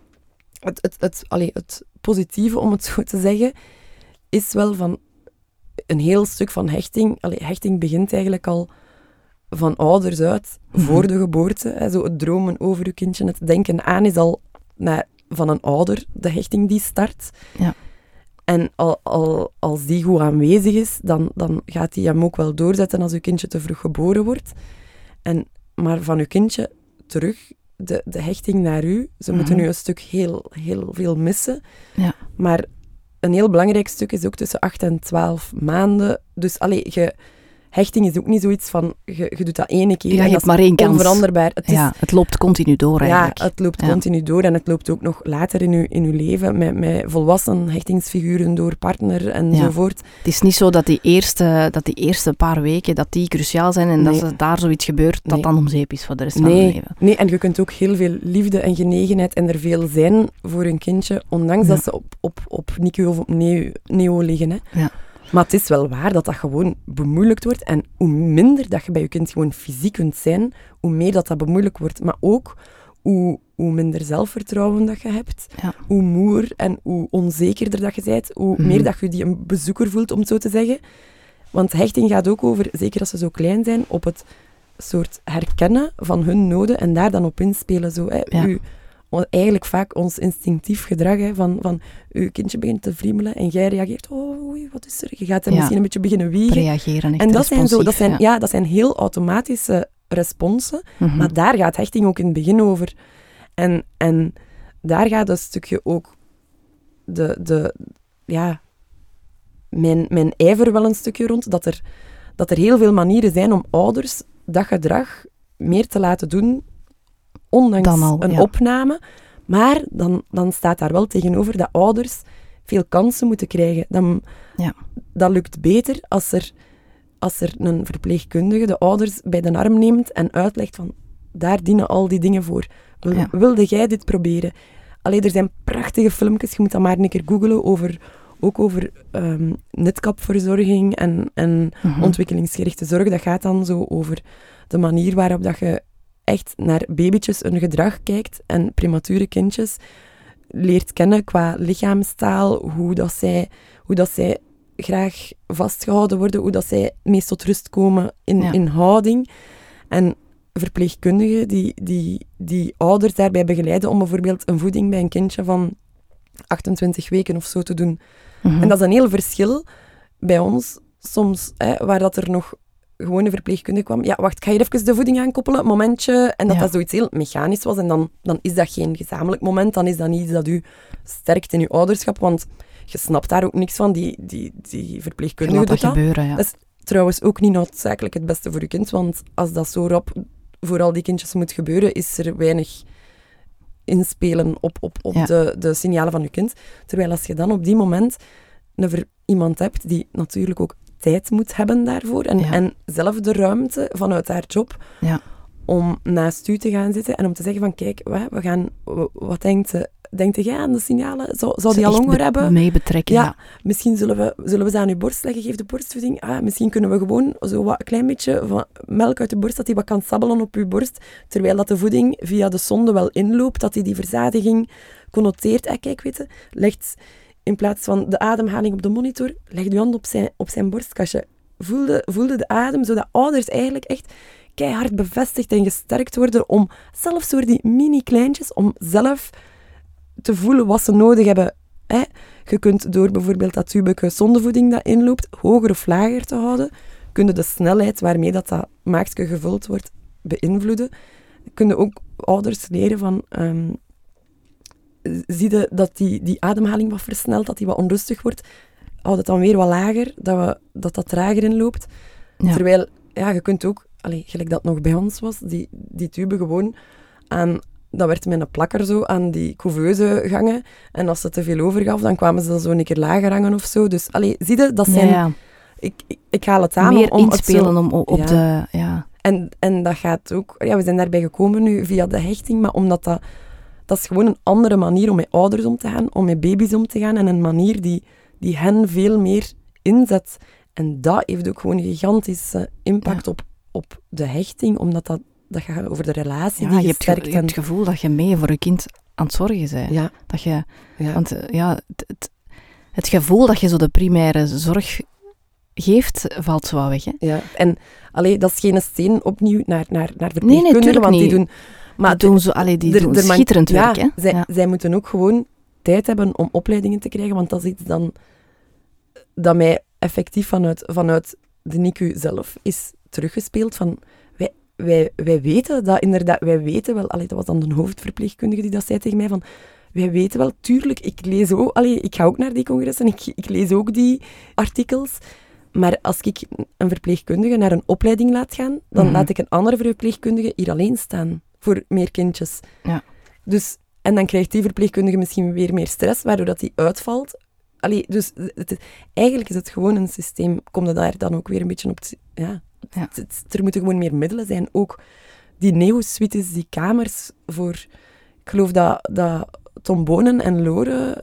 het positieve, om het zo te zeggen, is wel van een heel stuk van hechting. Hechting begint eigenlijk al van ouders uit, voor de geboorte. Zo het dromen over je kindje, het denken aan is al van een ouder, de hechting die start. Ja. En als die goed aanwezig is, dan gaat die hem ook wel doorzetten als uw kindje te vroeg geboren wordt. Maar van uw kindje terug, de hechting naar u, ze moeten nu een stuk heel, heel veel missen. Ja. Maar een heel belangrijk stuk is ook tussen 8 en 12 maanden. Dus hechting is ook niet zoiets van, je doet dat ene keer. Ja, je hebt maar één kans. Onveranderbaar. Het loopt continu door eigenlijk. Ja, het loopt continu door en het loopt ook nog later in uw leven met volwassen hechtingsfiguren door partner enzovoort. Het is niet zo dat die eerste paar weken dat die cruciaal zijn en dat daar zoiets gebeurt dat dan om zeep is voor de rest van het leven. Nee, en je kunt ook heel veel liefde en genegenheid en er veel zijn voor een kindje, ondanks dat ze op NICU of op neo liggen. Hè. Ja. Maar het is wel waar dat gewoon bemoeilijkt wordt. En hoe minder dat je bij je kind gewoon fysiek kunt zijn, hoe meer dat bemoeilijkt wordt. Maar ook hoe minder zelfvertrouwen dat je hebt, hoe moer en hoe onzekerder dat je bent, hoe meer dat je die een bezoeker voelt, om het zo te zeggen. Want hechting gaat ook over, zeker als ze zo klein zijn, op het soort herkennen van hun noden en daar dan op inspelen. Zo, eigenlijk vaak ons instinctief gedrag, hè, van uw kindje begint te vriemelen en jij reageert, oei, wat is er? Je gaat er misschien een beetje beginnen wiegen. Reageren, echt en dat zijn heel automatische responsen, maar daar gaat hechting ook in het begin over. En daar gaat een stukje ook mijn ijver wel een stukje rond, dat er heel veel manieren zijn om ouders dat gedrag meer te laten doen, ondanks een opname. Maar dan staat daar wel tegenover dat ouders veel kansen moeten krijgen. Dat lukt beter als er een verpleegkundige de ouders bij de arm neemt en uitlegt van, daar dienen al die dingen voor. Wilde jij dit proberen? Er zijn prachtige filmpjes, je moet dat maar een keer googlen, over netkapverzorging en ontwikkelingsgerichte zorg. Dat gaat dan zo over de manier waarop dat je echt naar babytjes hun gedrag kijkt en premature kindjes leert kennen qua lichaamstaal, hoe dat zij graag vastgehouden worden, hoe dat zij meest tot rust komen in houding. En verpleegkundigen die ouders daarbij begeleiden om bijvoorbeeld een voeding bij een kindje van 28 weken of zo te doen. En dat is een heel verschil bij ons soms, waar dat er nog gewoon een verpleegkundige kwam. Ja, wacht, ga je even de voeding aankoppelen, momentje. En dat zoiets heel mechanisch was. En dan is dat geen gezamenlijk moment. Dan is dat niet iets dat u sterkt in uw ouderschap. Want je snapt daar ook niks van. Die verpleegkundige doet dat. Gebeuren, Dat is trouwens ook niet noodzakelijk het beste voor je kind. Want als dat zo rap voor al die kindjes moet gebeuren, is er weinig inspelen op de signalen van je kind. Terwijl als je dan op die moment iemand hebt die natuurlijk ook tijd moet hebben daarvoor en zelf de ruimte vanuit haar job om naast u te gaan zitten en om te zeggen van kijk, wat denkt jij aan de signalen? Zou die al honger hebben? Mee betrekken, ja. Misschien zullen we ze aan uw borst leggen, geef de borstvoeding. Misschien kunnen we gewoon zo wat, een klein beetje van melk uit de borst, dat die wat kan sabbelen op uw borst, terwijl dat de voeding via de sonde wel inloopt, dat die verzadiging connoteert. Kijk, weet je, legt in plaats van de ademhaling op de monitor, leg je hand op zijn borstkastje. Voelde de adem, zodat ouders eigenlijk echt keihard bevestigd en gesterkt worden om, zelfs door die mini-kleintjes, om zelf te voelen wat ze nodig hebben. Je kunt door bijvoorbeeld dat tubeke zondevoeding dat inloopt, hoger of lager te houden, kun je de snelheid waarmee dat maagdje gevuld wordt beïnvloeden. Kun je ook ouders leren van... zie je dat die ademhaling wat versnelt, dat die wat onrustig wordt. Houd het dan weer wat lager, dat trager inloopt. Ja. Terwijl, je kunt ook... gelijk dat nog bij ons was, die tube gewoon aan... Dat werd met een plakker zo aan die couveuse gangen. En als ze te veel overgaf, dan kwamen ze zo een keer lager hangen of zo. Dus, zie je, dat zijn... Ja. Ik haal het aan meer om inspelen het zo, op de... Ja. En dat gaat ook... we zijn daarbij gekomen nu via de hechting, maar omdat dat is gewoon een andere manier om met ouders om te gaan, om met baby's om te gaan. En een manier die hen veel meer inzet. En dat heeft ook gewoon een gigantische impact op de hechting, omdat dat gaat over de relatie die je sterkt. Je hebt het gevoel dat je mee voor je kind aan het zorgen bent. Ja. Dat je, want het gevoel dat je zo de primaire zorg geeft, valt zo weg. Hè? Ja, en dat is geen steen opnieuw naar verpleegkundigen, nee, want die doen... Maar die doen schitterend werk. Hè? Zij moeten ook gewoon tijd hebben om opleidingen te krijgen, want dat is iets dan dat mij effectief vanuit de NICU zelf is teruggespeeld van... Wij weten dat inderdaad... Wij weten wel... dat was dan de hoofdverpleegkundige die dat zei tegen mij van... Wij weten wel, tuurlijk, ik lees ook... ik ga ook naar die congressen, ik lees ook die artikels. Maar als ik een verpleegkundige naar een opleiding laat gaan, dan laat ik een andere verpleegkundige hier alleen staan voor meer kindjes. Ja. Dus, en dan krijgt die verpleegkundige misschien weer meer stress, waardoor dat die uitvalt. Dus eigenlijk is het gewoon een systeem... Kom je daar dan ook weer een beetje op... Er moeten gewoon meer middelen zijn. Ook die neosuites, die kamers voor... Ik geloof dat Tom Bonen en Lore...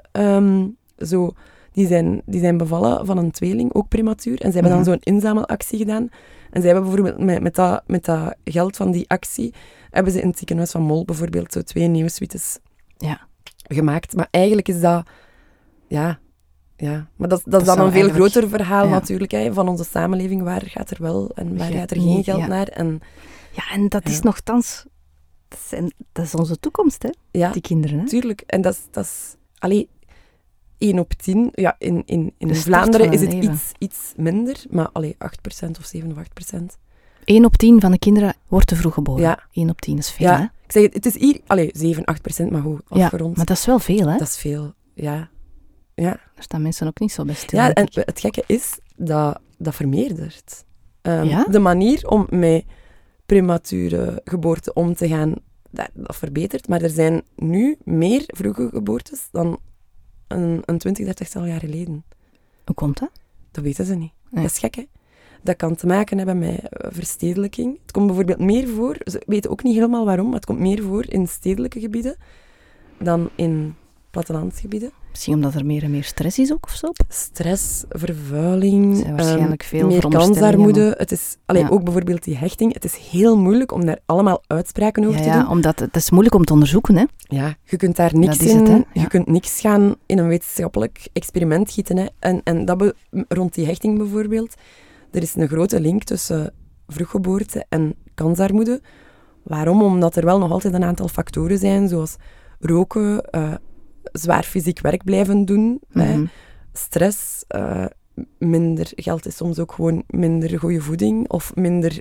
Die zijn bevallen van een tweeling, ook prematuur. En ze hebben dan zo'n inzamelactie gedaan. En zij hebben bijvoorbeeld met dat geld van die actie... hebben ze in het ziekenhuis van Mol bijvoorbeeld zo 2 neosuites gemaakt. Maar eigenlijk is dat... Ja, maar dat is dan een veel groter verhaal natuurlijk, hè, van onze samenleving. Waar gaat er wel en waar gaat er geen geld naar? En dat is nogthans... Dat is onze toekomst, hè? Ja, die kinderen, hè? Tuurlijk. En dat is 1 op 10. Ja, in Vlaanderen is het iets minder, maar 8% of 7 of 8%. 1 op 10 van de kinderen wordt te vroeg geboren. Ja. 1 op 10 is veel, hè? Ik zeg het is hier... 7, 8%, maar goed, afgerond. Ja, maar dat is wel veel, hè? Dat is veel, ja. Daar staan mensen ook niet zo bij stil. Ja, en het gekke is dat vermeerdert. De manier om met premature geboorte om te gaan, dat verbetert. Maar er zijn nu meer vroege geboortes dan een 20, 30-tal jaar geleden. Hoe komt dat? Dat weten ze niet. Nee. Dat is gek, hè? Dat kan te maken hebben met verstedelijking. Het komt bijvoorbeeld meer voor, ze weten ook niet helemaal waarom, maar het komt meer voor in stedelijke gebieden dan in plattelandsgebieden. Misschien omdat er meer en meer stress is ook, of zo? Stress, vervuiling, waarschijnlijk veel meer kansarmoede. Het is, ook bijvoorbeeld die hechting. Het is heel moeilijk om daar allemaal uitspraken over te doen. Ja, omdat het is moeilijk om te onderzoeken, hè? Ja, je kunt daar niks in... Ja. Je kunt niks gaan in een wetenschappelijk experiment gieten, hè. En dat rond die hechting bijvoorbeeld. Er is een grote link tussen vroeggeboorte en kansarmoede. Waarom? Omdat er wel nog altijd een aantal factoren zijn, zoals roken... zwaar fysiek werk blijven doen, stress, minder geld is soms ook gewoon minder goede voeding, of minder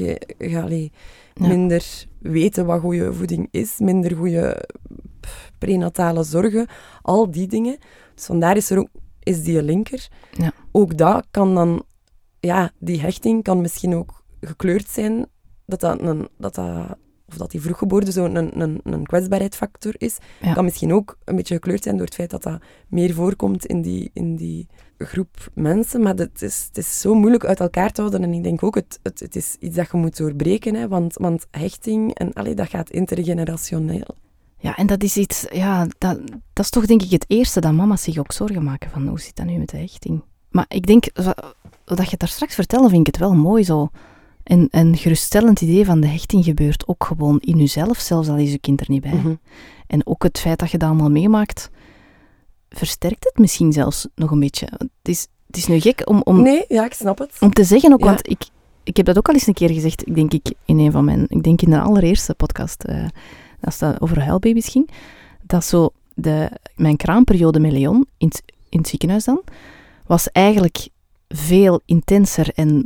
weten wat goede voeding is, minder goede prenatale zorgen, al die dingen. Dus vandaar is die linker. Ja. Ook dat kan dan, die hechting kan misschien ook gekleurd zijn, of dat die vroeggeboorte zo'n kwetsbaarheidsfactor is, kan misschien ook een beetje gekleurd zijn door het feit dat dat meer voorkomt in die groep mensen. Maar het is zo moeilijk uit elkaar te houden. En ik denk ook, het is iets dat je moet doorbreken, hè, want hechting, dat gaat intergenerationeel. Ja, en dat is iets... Ja, dat is toch denk ik het eerste dat mama's zich ook zorgen maken van hoe zit dat nu met de hechting. Maar ik denk, wat je daar straks vertelde, vind ik het wel mooi zo... Een geruststellend idee van de hechting gebeurt ook gewoon in jezelf, zelfs al is je kind er niet bij. Mm-hmm. En ook het feit dat je dat allemaal meemaakt, versterkt het misschien zelfs nog een beetje. Het is nu gek om... Nee, ja, ik snap het. Om te zeggen ook, want ik heb dat ook al eens een keer gezegd, ik denk in de allereerste podcast, als dat over huilbaby's ging, dat zo mijn kraamperiode met Leon, in het ziekenhuis dan, was eigenlijk veel intenser en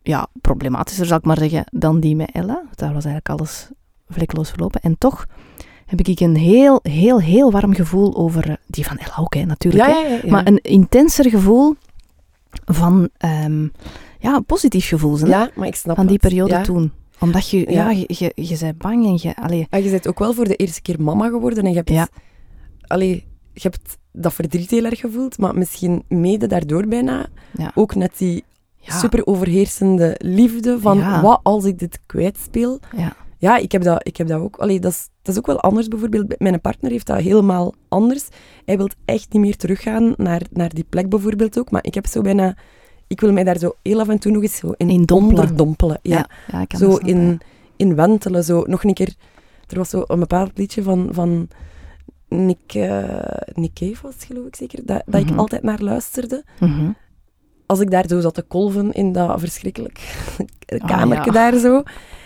problematischer, zal ik maar zeggen, dan die met Ella. Daar was eigenlijk alles vlekkeloos verlopen. En toch heb ik een heel, heel, heel warm gevoel over... Die van Ella ook, natuurlijk. Ja. Maar een intenser gevoel van... positief gevoel. Ja, maar ik snap van die periode ja. toen. Omdat je bent bang en je... Allee. Ja, je bent ook wel voor de eerste keer mama geworden en je hebt... je hebt dat verdriet heel erg gevoeld, maar misschien mede daardoor bijna ook net die super overheersende liefde van wat als ik dit kwijtspeel. Ja, ik heb dat ook. Allee, dat is ook wel anders bijvoorbeeld. Mijn partner heeft dat helemaal anders. Hij wil echt niet meer teruggaan naar die plek bijvoorbeeld ook, maar ik heb zo bijna... Ik wil mij daar zo heel af en toe nog eens zo in onderdompelen. Ja, ik kan zo in wentelen. Zo. Nog een keer... Er was zo een bepaald liedje van Nick Cave was het, geloof ik zeker, dat ik altijd naar luisterde. Mm-hmm. Als ik daar zo zat te kolven in dat verschrikkelijk kamertje daar zo.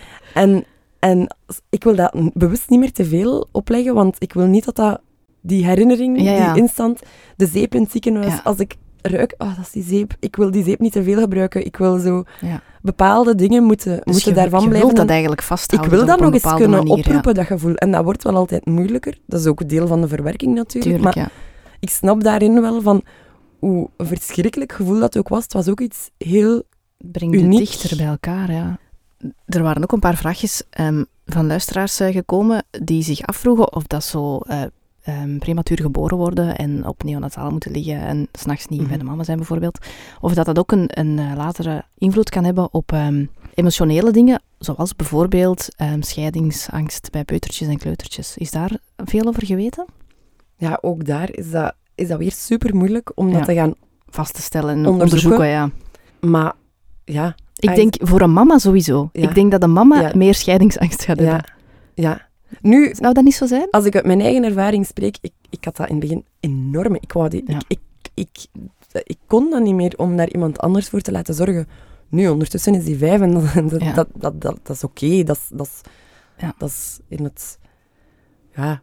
En ik wil dat bewust niet meer te veel opleggen, want ik wil niet dat die herinnering, die instant, de zeep in het ziekenhuis, als ik ruik, dat is die zeep. Ik wil die zeep niet te veel gebruiken. Ik wil zo bepaalde dingen moeten daarvan blijven. Je wilt dat eigenlijk vasthouden. Ik wil dat nog eens kunnen manier, oproepen, dat gevoel. En dat wordt wel altijd moeilijker. Dat is ook een deel van de verwerking natuurlijk. Maar ik snap daarin wel van hoe verschrikkelijk gevoel dat ook was. Het was ook iets heel brengt het dichter bij elkaar, ja. Er waren ook een paar vraagjes van luisteraars gekomen die zich afvroegen of dat zo... prematuur geboren worden en op neonataal moeten liggen en 's nachts niet bij de mama zijn bijvoorbeeld. Of dat ook een latere invloed kan hebben op emotionele dingen, zoals bijvoorbeeld scheidingsangst bij peutertjes en kleutertjes. Is daar veel over geweten? Ja, ook daar is dat weer super moeilijk om dat te gaan vast te stellen en onderzoeken. Ja. Maar ja... Ik denk voor een mama sowieso. Ja. Ik denk dat een mama meer scheidingsangst gaat hebben. Ja. Nu, zou dat niet zo zijn? Als ik uit mijn eigen ervaring spreek, ik had dat in het begin enorm. Ik kon dat niet meer om daar iemand anders voor te laten zorgen. Nu, ondertussen is die 5 en dat is oké. Dat is in het... Ja,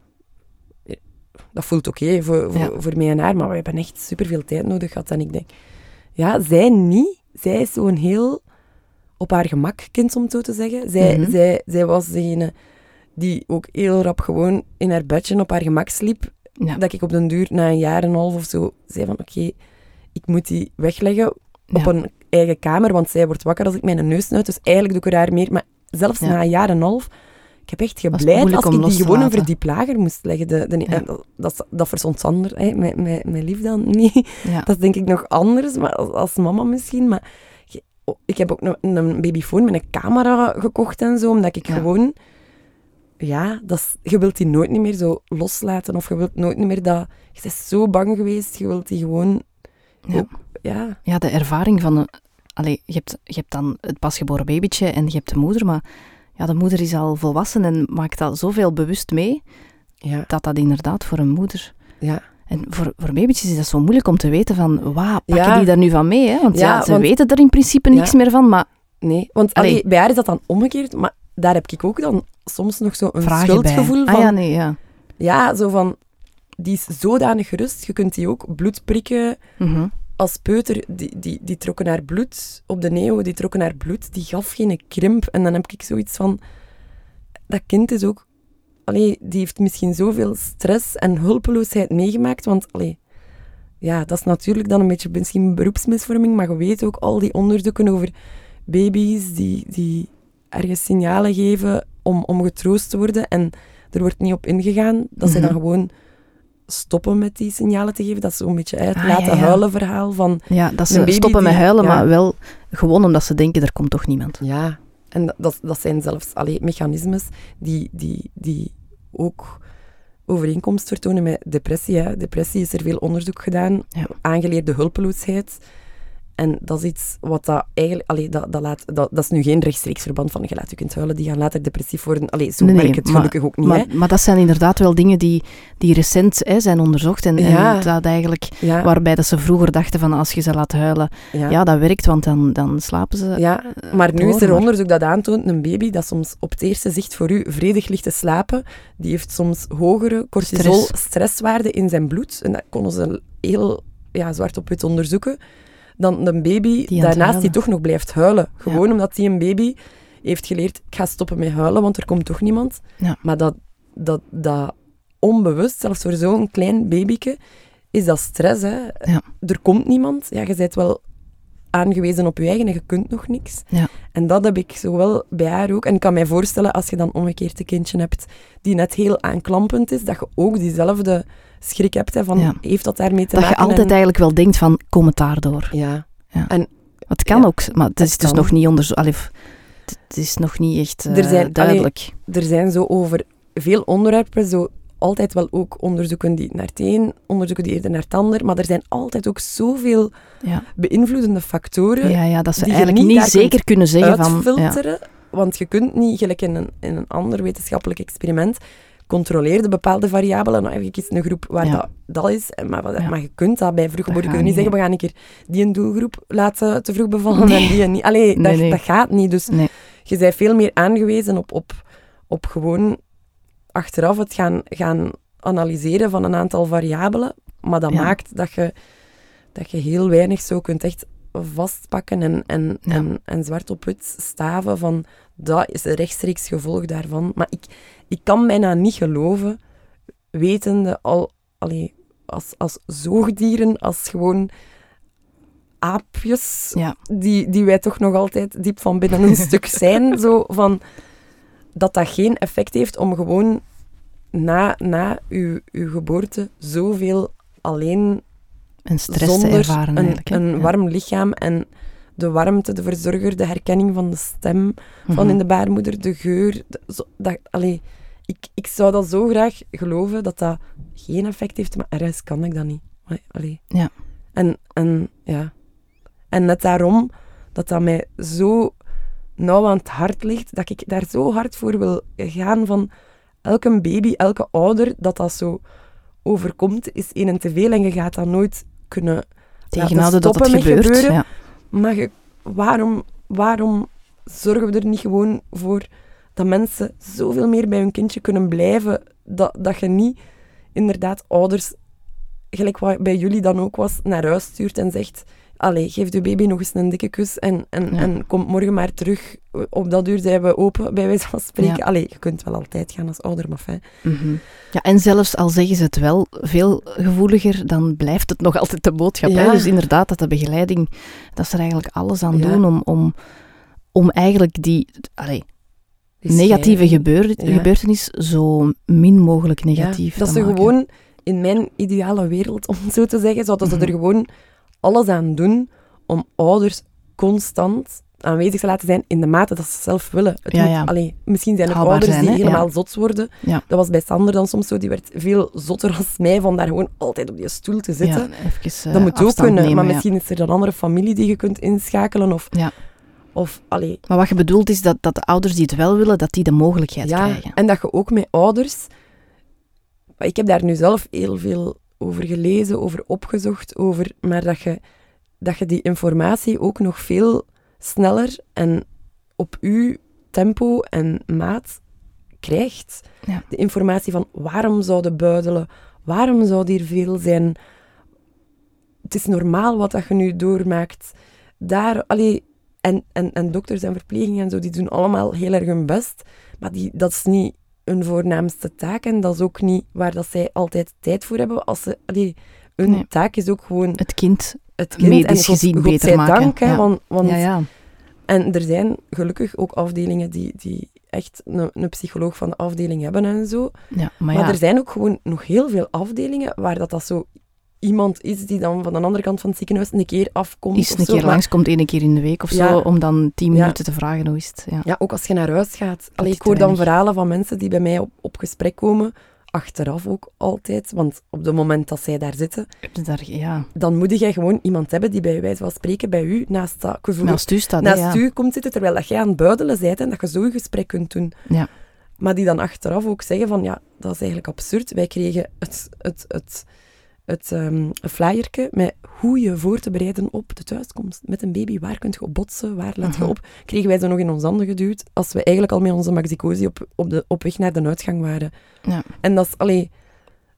dat voelt oké voor mij en haar, maar we hebben echt superveel tijd nodig gehad. En ik denk, zij niet. Zij is zo'n heel op haar gemak kind, om het zo te zeggen. Zij was degene die ook heel rap gewoon in haar bedje op haar gemak sliep. Ja. Dat ik op den duur, na 1,5 jaar of zo, zei van oké, ik moet die wegleggen op een eigen kamer, want zij wordt wakker als ik mijn neus snuit. Dus eigenlijk doe ik er haar meer. Maar zelfs na 1,5 jaar, ik heb echt gebleid als ik die gewoon een verdieplager moest leggen. Dat verzond Sander, mijn lief dan niet. Ja. Dat is denk ik nog anders, maar als mama misschien. Maar ik heb ook een babyfoon met een camera gekocht en zo, omdat ik gewoon... Ja, je wilt die nooit meer zo loslaten. Of je wilt nooit meer dat... Je bent zo bang geweest, je wilt die gewoon... Ja, de ervaring van... je hebt dan het pasgeboren babytje en je hebt de moeder, maar de moeder is al volwassen en maakt dat zoveel bewust mee, dat inderdaad voor een moeder... Ja. En voor babytjes is dat zo moeilijk om te weten van, pakken die daar nu van mee? Hè? Want ze weten er in principe niks meer van, maar... Nee, want bij haar is dat dan omgekeerd, maar daar heb ik ook dan soms nog zo een schuldgevoel van... Ja, zo van... Die is zodanig gerust, je kunt die ook bloed prikken. Mm-hmm. Als peuter, die trokken haar bloed op de neo, die trokken haar bloed, die gaf geen krimp. En dan heb ik zoiets van... Dat kind is ook... die heeft misschien zoveel stress en hulpeloosheid meegemaakt, want... dat is natuurlijk dan een beetje misschien beroepsmisvorming, maar je weet ook al die onderzoeken over baby's die ergens signalen geven om getroost te worden. En er wordt niet op ingegaan dat zij dan gewoon stoppen met die signalen te geven. Dat is zo'n beetje het laten huilen verhaal van... Ja, dat ze stoppen met huilen, maar wel gewoon omdat ze denken, er komt toch niemand. Ja, en dat zijn zelfs mechanismes die ook overeenkomst vertonen met depressie. Hè. Depressie is er veel onderzoek gedaan, aangeleerde hulpeloosheid. En dat is iets wat dat eigenlijk... Dat is nu geen rechtstreeks verband van je laat je kind huilen, die gaan later depressief worden. Zo werkt het gelukkig ook niet. Maar dat zijn inderdaad wel dingen die recent zijn onderzocht. En dat eigenlijk... Waarbij dat ze vroeger dachten van als je ze laat huilen, dat werkt, want dan slapen ze. Ja, maar nu is er onderzoek dat aantoont, een baby dat soms op het eerste zicht voor u vredig ligt te slapen, die heeft soms hogere cortisol-stresswaarden in zijn bloed. En dat konden ze heel zwart op wit onderzoeken. dan de baby daarnaast die toch nog blijft huilen. Gewoon omdat die een baby heeft geleerd, ik ga stoppen met huilen, want er komt toch niemand. Ja. Maar dat onbewust, zelfs voor zo'n klein babyke, is dat stress. Hè? Ja. Er komt niemand. Ja, je bent wel aangewezen op je eigen en je kunt nog niks. Ja. En dat heb ik zowel bij haar ook. En ik kan mij voorstellen, als je dan omgekeerd een kindje hebt die net heel aanklampend is, dat je ook diezelfde schrik hebt, hè, van heeft dat daarmee te maken? Dat je altijd eigenlijk wel denkt van, kom het daardoor. Ja. En het kan ook, maar het is dus nog niet het is nog niet echt duidelijk. Er zijn zo over veel onderwerpen zo altijd wel ook onderzoeken die naar het een, onderzoeken die eerder naar het ander, maar er zijn altijd ook zoveel beïnvloedende factoren dat ze eigenlijk niet zeker kunnen zeggen uitfilteren, want je kunt niet, gelijk in een ander wetenschappelijk experiment, controleer de bepaalde variabelen. Nou, even een groep waar dat is. Maar je kunt dat bij vroeggeboorte. Je kunt niet zeggen, we gaan een keer die een doelgroep laten te vroeg bevallen en die niet. Allee, dat gaat niet. Dus je bent veel meer aangewezen op gewoon achteraf het gaan analyseren van een aantal variabelen. Maar dat maakt dat je heel weinig zo kunt echt vastpakken en zwart op wit staven van dat is een rechtstreeks gevolg daarvan. Maar ik kan bijna niet geloven, wetende als zoogdieren, als gewoon aapjes, die wij toch nog altijd diep van binnen een stuk zijn, zo van, dat geen effect heeft om gewoon na uw geboorte zoveel alleen en stress zonder te ervaren, een warm lichaam en de warmte, de verzorger, de herkenning van de stem van in de baarmoeder, de geur. Ik zou dat zo graag geloven, dat geen effect heeft, maar ergens kan ik dat niet. Ja. En net daarom dat mij zo nauw aan het hart ligt, dat ik daar zo hard voor wil gaan van elke baby, elke ouder, dat zo overkomt, is één en te veel en je gaat dat nooit kunnen tegenhouden dat het gebeurt. Ja. Maar waarom zorgen we er niet gewoon voor dat mensen zoveel meer bij hun kindje kunnen blijven, dat je niet inderdaad ouders, gelijk wat bij jullie dan ook was, naar huis stuurt en zegt, geef de baby nog eens een dikke kus en kom morgen maar terug. Op dat uur zijn we open, bij wijze van spreken. Je kunt wel altijd gaan als ouder, maar fijn. Mm-hmm. Ja, en zelfs al zeggen ze het wel veel gevoeliger, dan blijft het nog altijd de boodschap. Ja. Hè? Dus inderdaad, dat de begeleiding, dat ze er eigenlijk alles aan doen om eigenlijk die negatieve gebeurtenis zo min mogelijk negatief te maken. Dat ze gewoon, in mijn ideale wereld, om het zo te zeggen, zouden ze er gewoon alles aan doen om ouders constant aanwezig te laten zijn in de mate dat ze zelf willen. Misschien zijn er ouders die helemaal zot worden. Ja. Dat was bij Sander dan soms zo. Die werd veel zotter als mij van daar gewoon altijd op die stoel te zitten. Ja, even, dat moet ook kunnen. Nemen, maar misschien is er dan een andere familie die je kunt inschakelen. Maar wat je bedoelt is dat de ouders die het wel willen, dat die de mogelijkheid krijgen. En dat je ook met ouders... Ik heb daar nu zelf heel veel over gelezen, over opgezocht, maar dat je die informatie ook nog veel sneller en op uw tempo en maat krijgt. Ja. De informatie van waarom zouden buidelen, waarom zou hier veel zijn. Het is normaal wat dat je nu doormaakt. En dokters en verplegingen en zo, die doen allemaal heel erg hun best, maar dat is niet hun voornaamste taak en dat is ook niet waar dat zij altijd tijd voor hebben. Hun taak is ook gewoon... Het kind medisch gezien beter maken. Dank, hè, ja. Want ja. En er zijn gelukkig ook afdelingen die echt een psycholoog van de afdeling hebben en zo. Ja, maar er zijn ook gewoon nog heel veel afdelingen waar dat zo iemand is die dan van de andere kant van het ziekenhuis een keer afkomt. Een keer langskomt, 1 keer in de week of zo, om dan 10 minuten te vragen hoe is het. Ja, ook als je naar huis gaat. Ik hoor dan verhalen van mensen die bij mij op gesprek komen, achteraf ook altijd, want op het moment dat zij daar zitten, dan moet jij gewoon iemand hebben die bij wijze van spreken bij u naast u komt zitten, terwijl dat jij aan het buidelen bent en dat je zo een gesprek kunt doen. Ja. Maar die dan achteraf ook zeggen van, dat is eigenlijk absurd. Wij kregen een flyerke met hoe je voor te bereiden op de thuiskomst. Met een baby, waar kun je op botsen, waar let je op? Kregen wij zo nog in ons handen geduwd, als we eigenlijk al met onze maxicosi op weg naar de uitgang waren. Ja. En dat is,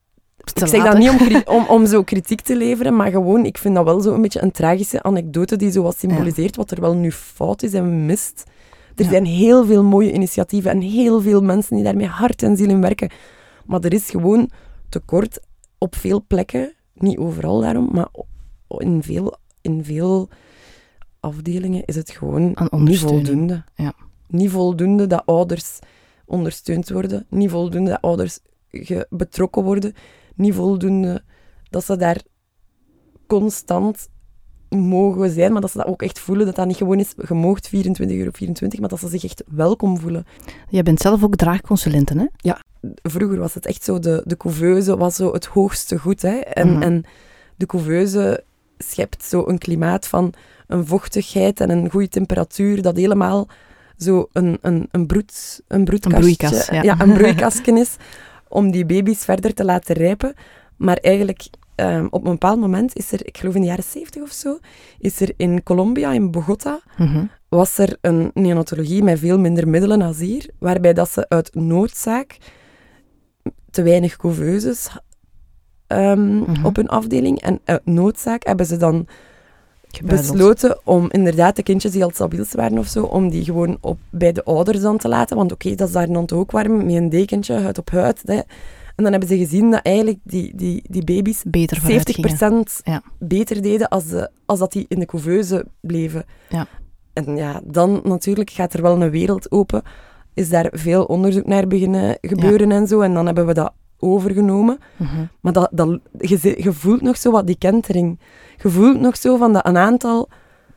Ik zeg dat niet om zo kritiek te leveren, maar gewoon, ik vind dat wel zo een beetje een tragische anekdote die zo wat symboliseert wat er wel nu fout is en mist. Er zijn heel veel mooie initiatieven en heel veel mensen die daarmee hart en ziel in werken. Maar er is gewoon tekort op veel plekken, niet overal daarom, maar in veel afdelingen is het gewoon niet voldoende. Ja. Niet voldoende dat ouders ondersteund worden, niet voldoende dat ouders betrokken worden, niet voldoende dat ze daar constant mogen zijn, maar dat ze dat ook echt voelen, dat dat niet gewoon is, je moogt 24,24 €, maar dat ze zich echt welkom voelen. Jij bent zelf ook draagconsulente, hè? Ja, vroeger was het echt zo, de couveuse was zo het hoogste goed, hè. En de couveuse schept zo een klimaat van een vochtigheid en een goede temperatuur, dat helemaal zo een broeikastje, een broeikastje is, om die baby's verder te laten rijpen. Maar eigenlijk, op een bepaald moment is er, ik geloof in de jaren 70 of zo, is er in Colombia, in Bogota, was er een neonatologie met veel minder middelen als hier, waarbij dat ze uit noodzaak te weinig couveuses op hun afdeling. En uit noodzaak hebben ze dan besloten om inderdaad de kindjes die al stabiel waren of zo, om die gewoon bij de ouders dan te laten. Want oké, dat is daar dan ook warm, met een dekentje, huid op huid. Hè. En dan hebben ze gezien dat eigenlijk die baby's beter 70% beter deden als dat die in de couveuse bleven. Ja. En ja, dan natuurlijk gaat er wel een wereld open. Is daar veel onderzoek naar beginnen gebeuren en zo. En dan hebben we dat overgenomen. Maar je voelt nog zo wat die kentering. Je voelt nog zo van dat een aantal...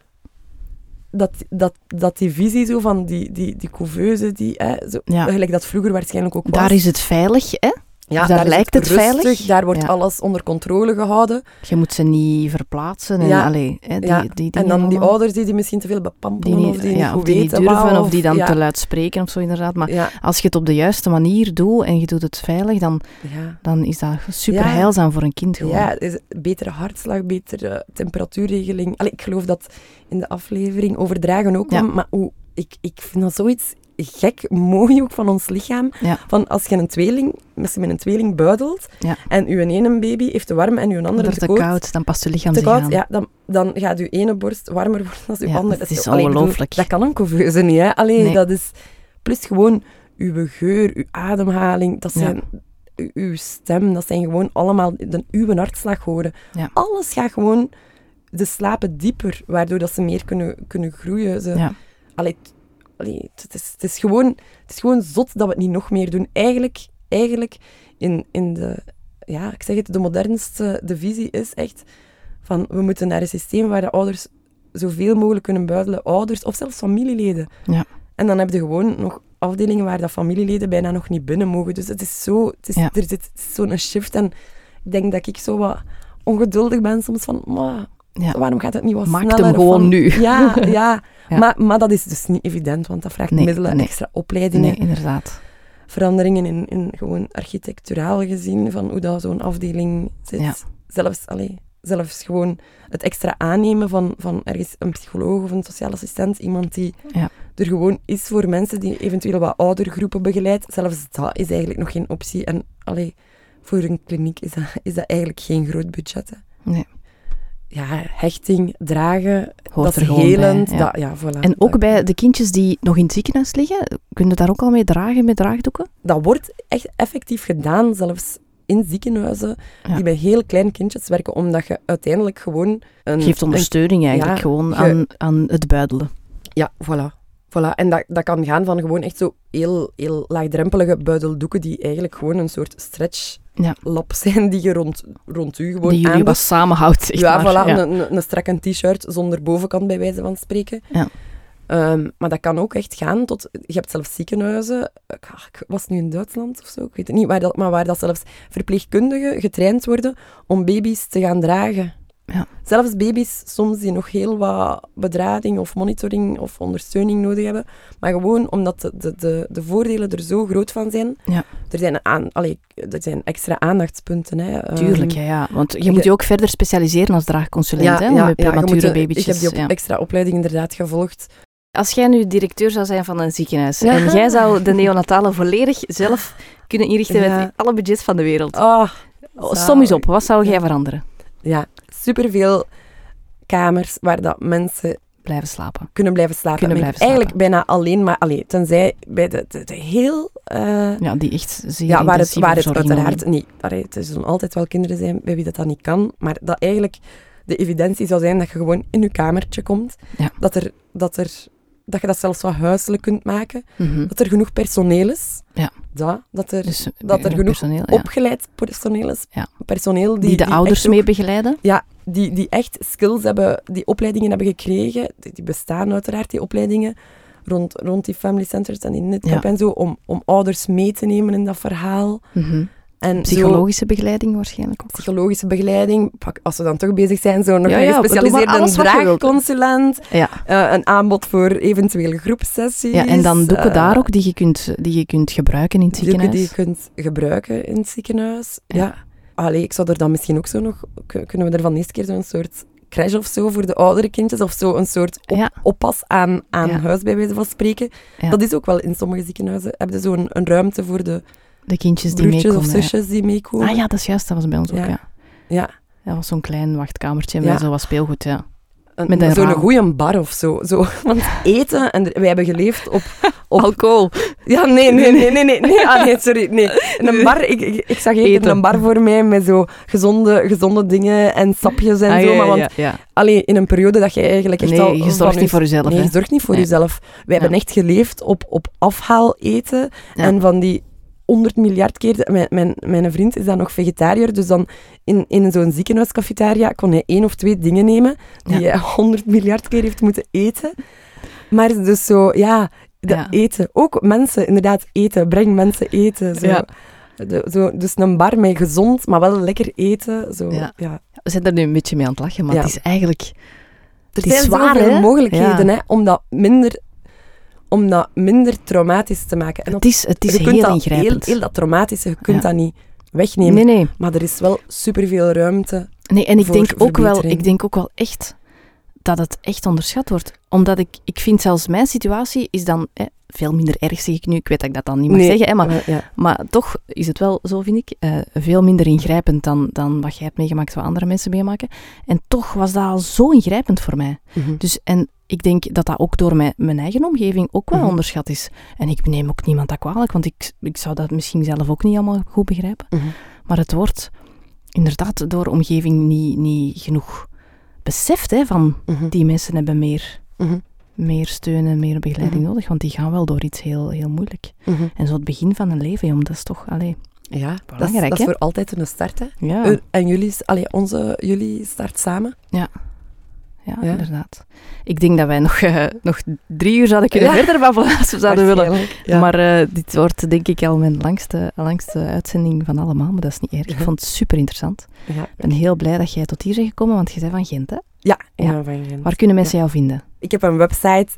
Dat die visie zo van die couveuse, gelijk dat vroeger waarschijnlijk ook was. Daar is het veilig, hè? Ja, daar lijkt het rustig, veilig. Daar wordt alles onder controle gehouden. Je moet ze niet verplaatsen. En, en dan die ouders die misschien te veel bepampelen of die niet goed die weten. Niet durven, of die dan te luid spreken of zo inderdaad. Maar als je het op de juiste manier doet en je doet het veilig, dan is dat super heilzaam voor een kind gewoon. Ja, is betere hartslag, betere temperatuurregeling. Ik geloof dat in de aflevering overdragen ook kwam, maar ik vind dat zoiets gek, mooi ook van ons lichaam. Ja. Van als je met een tweeling buidelt en uw ene baby heeft te warm en uw andere te koud, dan past je lichaam zich aan. Ja, dan gaat uw ene borst warmer worden dan uw andere. Dat is ongelooflijk. Dat kan een couveuse niet, hè. Dat is... Plus gewoon uw geur, uw ademhaling, dat zijn... Uw stem, dat zijn gewoon allemaal... Uw hartslag horen. Ja. Alles gaat gewoon... Ze slapen dieper, waardoor dat ze meer kunnen groeien. Het is gewoon zot dat we het niet nog meer doen. Eigenlijk in de... Ja, ik zeg het, de modernste... De visie is echt van... We moeten naar een systeem waar de ouders zoveel mogelijk kunnen buidelen. Ouders of zelfs familieleden. Ja. En dan heb je gewoon nog afdelingen waar dat familieleden bijna nog niet binnen mogen. Dus het is zo... Er zit zo'n shift. En ik denk dat ik zo wat ongeduldig ben soms van... Waarom gaat het niet wat sneller? Maak hem gewoon nu. Ja. Maar dat is dus niet evident, want dat vraagt middelen, extra opleidingen. Nee, inderdaad. Veranderingen in gewoon architecturaal gezien, van hoe dat zo'n afdeling zit. Ja. Zelfs gewoon het extra aannemen van ergens een psycholoog of een sociaal assistent, iemand die er gewoon is voor mensen die eventueel wat oudergroepen begeleidt. Zelfs dat is eigenlijk nog geen optie. En voor een kliniek is dat eigenlijk geen groot budget. Hè. Nee. Ja, hechting, dragen, hoort dat is helend. Voilà, en ook bij de kindjes die nog in het ziekenhuis liggen, kun je daar ook al mee dragen, met draagdoeken? Dat wordt echt effectief gedaan, zelfs in ziekenhuizen die bij heel kleine kindjes werken, omdat je uiteindelijk gewoon... Geeft ondersteuning eigenlijk gewoon aan het buidelen. Ja, voilà. En dat kan gaan van gewoon echt zo heel, heel laagdrempelige buideldoeken die eigenlijk gewoon een soort stretchlap zijn die je rond u gewoon die jullie wat samenhoudt, zeg maar. Voilà, een strakke t-shirt zonder bovenkant bij wijze van spreken. Ja. Maar dat kan ook echt gaan tot... Je hebt zelfs ziekenhuizen... Ik was nu in Duitsland of zo, ik weet het niet, waar dat zelfs verpleegkundigen getraind worden om baby's te gaan dragen. Ja. Zelfs baby's soms die nog heel wat bedrading of monitoring of ondersteuning nodig hebben. Maar gewoon omdat de voordelen er zo groot van zijn. Ja. Er zijn extra aandachtspunten. Hè. Tuurlijk, ja. Want je moet je ook verder specialiseren als draagconsulent. Met premature babytjes. Ik heb die extra opleiding inderdaad gevolgd. Als jij nu directeur zou zijn van een ziekenhuis en jij zou de neonatale volledig zelf kunnen inrichten met alle budgets van de wereld. Som eens op, wat zou jij veranderen? Ja, superveel kamers waar dat mensen kunnen blijven slapen. Eigenlijk bijna alleen maar... tenzij bij de heel... die echt zeer waar het uiteraard niet... Er zullen altijd wel kinderen zijn bij wie dat niet kan, maar dat eigenlijk de evidentie zou zijn dat je gewoon in je kamertje komt. Ja. Dat je dat zelfs wat huiselijk kunt maken. Mm-hmm. Dat er genoeg personeel is. Ja. Dat er genoeg opgeleid personeel is. Ja. Personeel die de ouders mee begeleiden. Ja, die echt skills hebben, die opleidingen hebben gekregen. Die bestaan uiteraard, die opleidingen. Rond die family centers en die netcamp en zo. Om ouders mee te nemen in dat verhaal. Mm-hmm. En psychologische begeleiding waarschijnlijk ook. Psychologische begeleiding. Als we dan toch bezig zijn, zo nog een gespecialiseerde draagconsulent. Ja. Een aanbod voor eventuele groepsessies. Ja, en dan doeken daar ook die je kunt gebruiken in het ziekenhuis. Die je kunt gebruiken in het ziekenhuis. Ja. Ik zou er dan misschien ook zo nog... Kunnen we er van de eerste keer zo'n soort crash of zo voor de oudere kindjes? Of zo een soort oppas aan huis, bij wijze van spreken. Ja. Dat is ook wel in sommige ziekenhuizen. Heb je zo'n een ruimte voor de kindjes die meekomen. Of zusjes die meekomen. Ah ja, dat is juist. Dat was bij ons ook, ja. Dat was zo'n klein wachtkamertje met zo wat speelgoed, ja. Zo'n goeie bar of zo. Want eten, en wij hebben geleefd op alcohol. Ja, nee, sorry. Nee. Een bar, ik zag eten een bar voor mij met zo gezonde dingen en sapjes en zo. Maar want in een periode dat je eigenlijk echt al... je zorgt niet voor jezelf. Nee, je zorgt niet voor jezelf. Wij hebben echt geleefd op afhaal eten en van die 100 miljard keer... Mijn vriend is dan nog vegetariër, dus dan in zo'n ziekenhuiscafetaria kon hij 1 of 2 dingen nemen die hij 100 miljard keer heeft moeten eten. Maar dus zo, eten. Ook mensen, inderdaad, eten. Breng mensen eten. Zo. Ja. Dus een bar met gezond, maar wel lekker eten. Zo, ja. We zijn er nu een beetje mee aan het lachen, maar het is eigenlijk... Er zijn zoveel mogelijkheden, hè, om dat minder traumatisch te maken. En het is heel ingrijpend. Heel dat traumatische, je kunt dat niet wegnemen. Nee. Maar er is wel superveel ruimte. Nee, en ik denk ook wel echt dat het echt onderschat wordt. Omdat ik vind zelfs mijn situatie is dan veel minder erg, zeg ik nu. Ik weet dat ik dat dan niet mag zeggen, hè, maar toch is het wel, zo vind ik, veel minder ingrijpend dan wat jij hebt meegemaakt, wat andere mensen meemaken. En toch was dat al zo ingrijpend voor mij. Mm-hmm. Dus, en ik denk dat dat ook door mijn eigen omgeving ook wel onderschat is. En ik neem ook niemand dat kwalijk, want ik zou dat misschien zelf ook niet allemaal goed begrijpen. Mm-hmm. Maar het wordt inderdaad door omgeving niet genoeg beseft, hè, van die mensen hebben meer steun en meer begeleiding nodig, want die gaan wel door iets heel, heel moeilijk. Mm-hmm. En zo het begin van een leven, dat is toch belangrijk. Dat is voor altijd een start, hè? Ja. En jullie start samen? Ja, inderdaad. Ik denk dat wij nog 3 uur zouden kunnen verder babbelen als we zouden willen. Ja. Maar dit wordt denk ik al mijn langste uitzending van allemaal, maar dat is niet erg. Ik vond het super interessant. Ja. Ik ben heel blij dat jij tot hier bent gekomen, want je bent van Gent, hè? Ja, van Gent. Waar kunnen mensen jou vinden? Ik heb een website,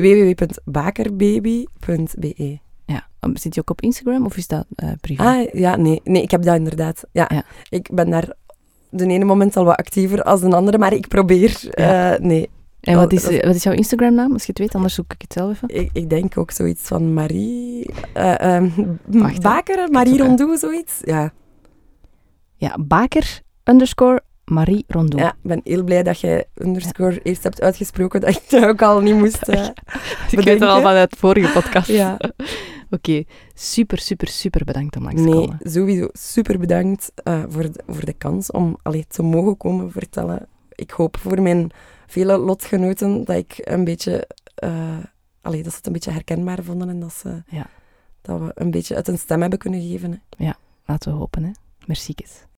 www.bakerbaby.be. Ja, zit je ook op Instagram of is dat privé? Nee, ik heb dat inderdaad. Ja. Ik ben daar de ene moment al wat actiever als de andere, maar ik probeer... nee. En wat is jouw Instagram-naam? Als je het weet, anders zoek ik het zelf even. Ik denk ook zoiets van Marie... Baker, Marie Rondoux, zoiets. Ja, Baker_Marie Rondoux. Ja, ik ben heel blij dat jij underscore eerst hebt uitgesproken, dat ik het ook al niet moest ik weet het al vanuit de vorige podcast. Ja. Oké, super, super, super bedankt om langs te komen. Nee, sowieso super bedankt voor de kans om te mogen komen vertellen. Ik hoop voor mijn vele lotgenoten dat ik een beetje... dat ze het een beetje herkenbaar vonden en dat we een beetje het een stem hebben kunnen geven. Hè. Ja, laten we hopen. Hè. Merci.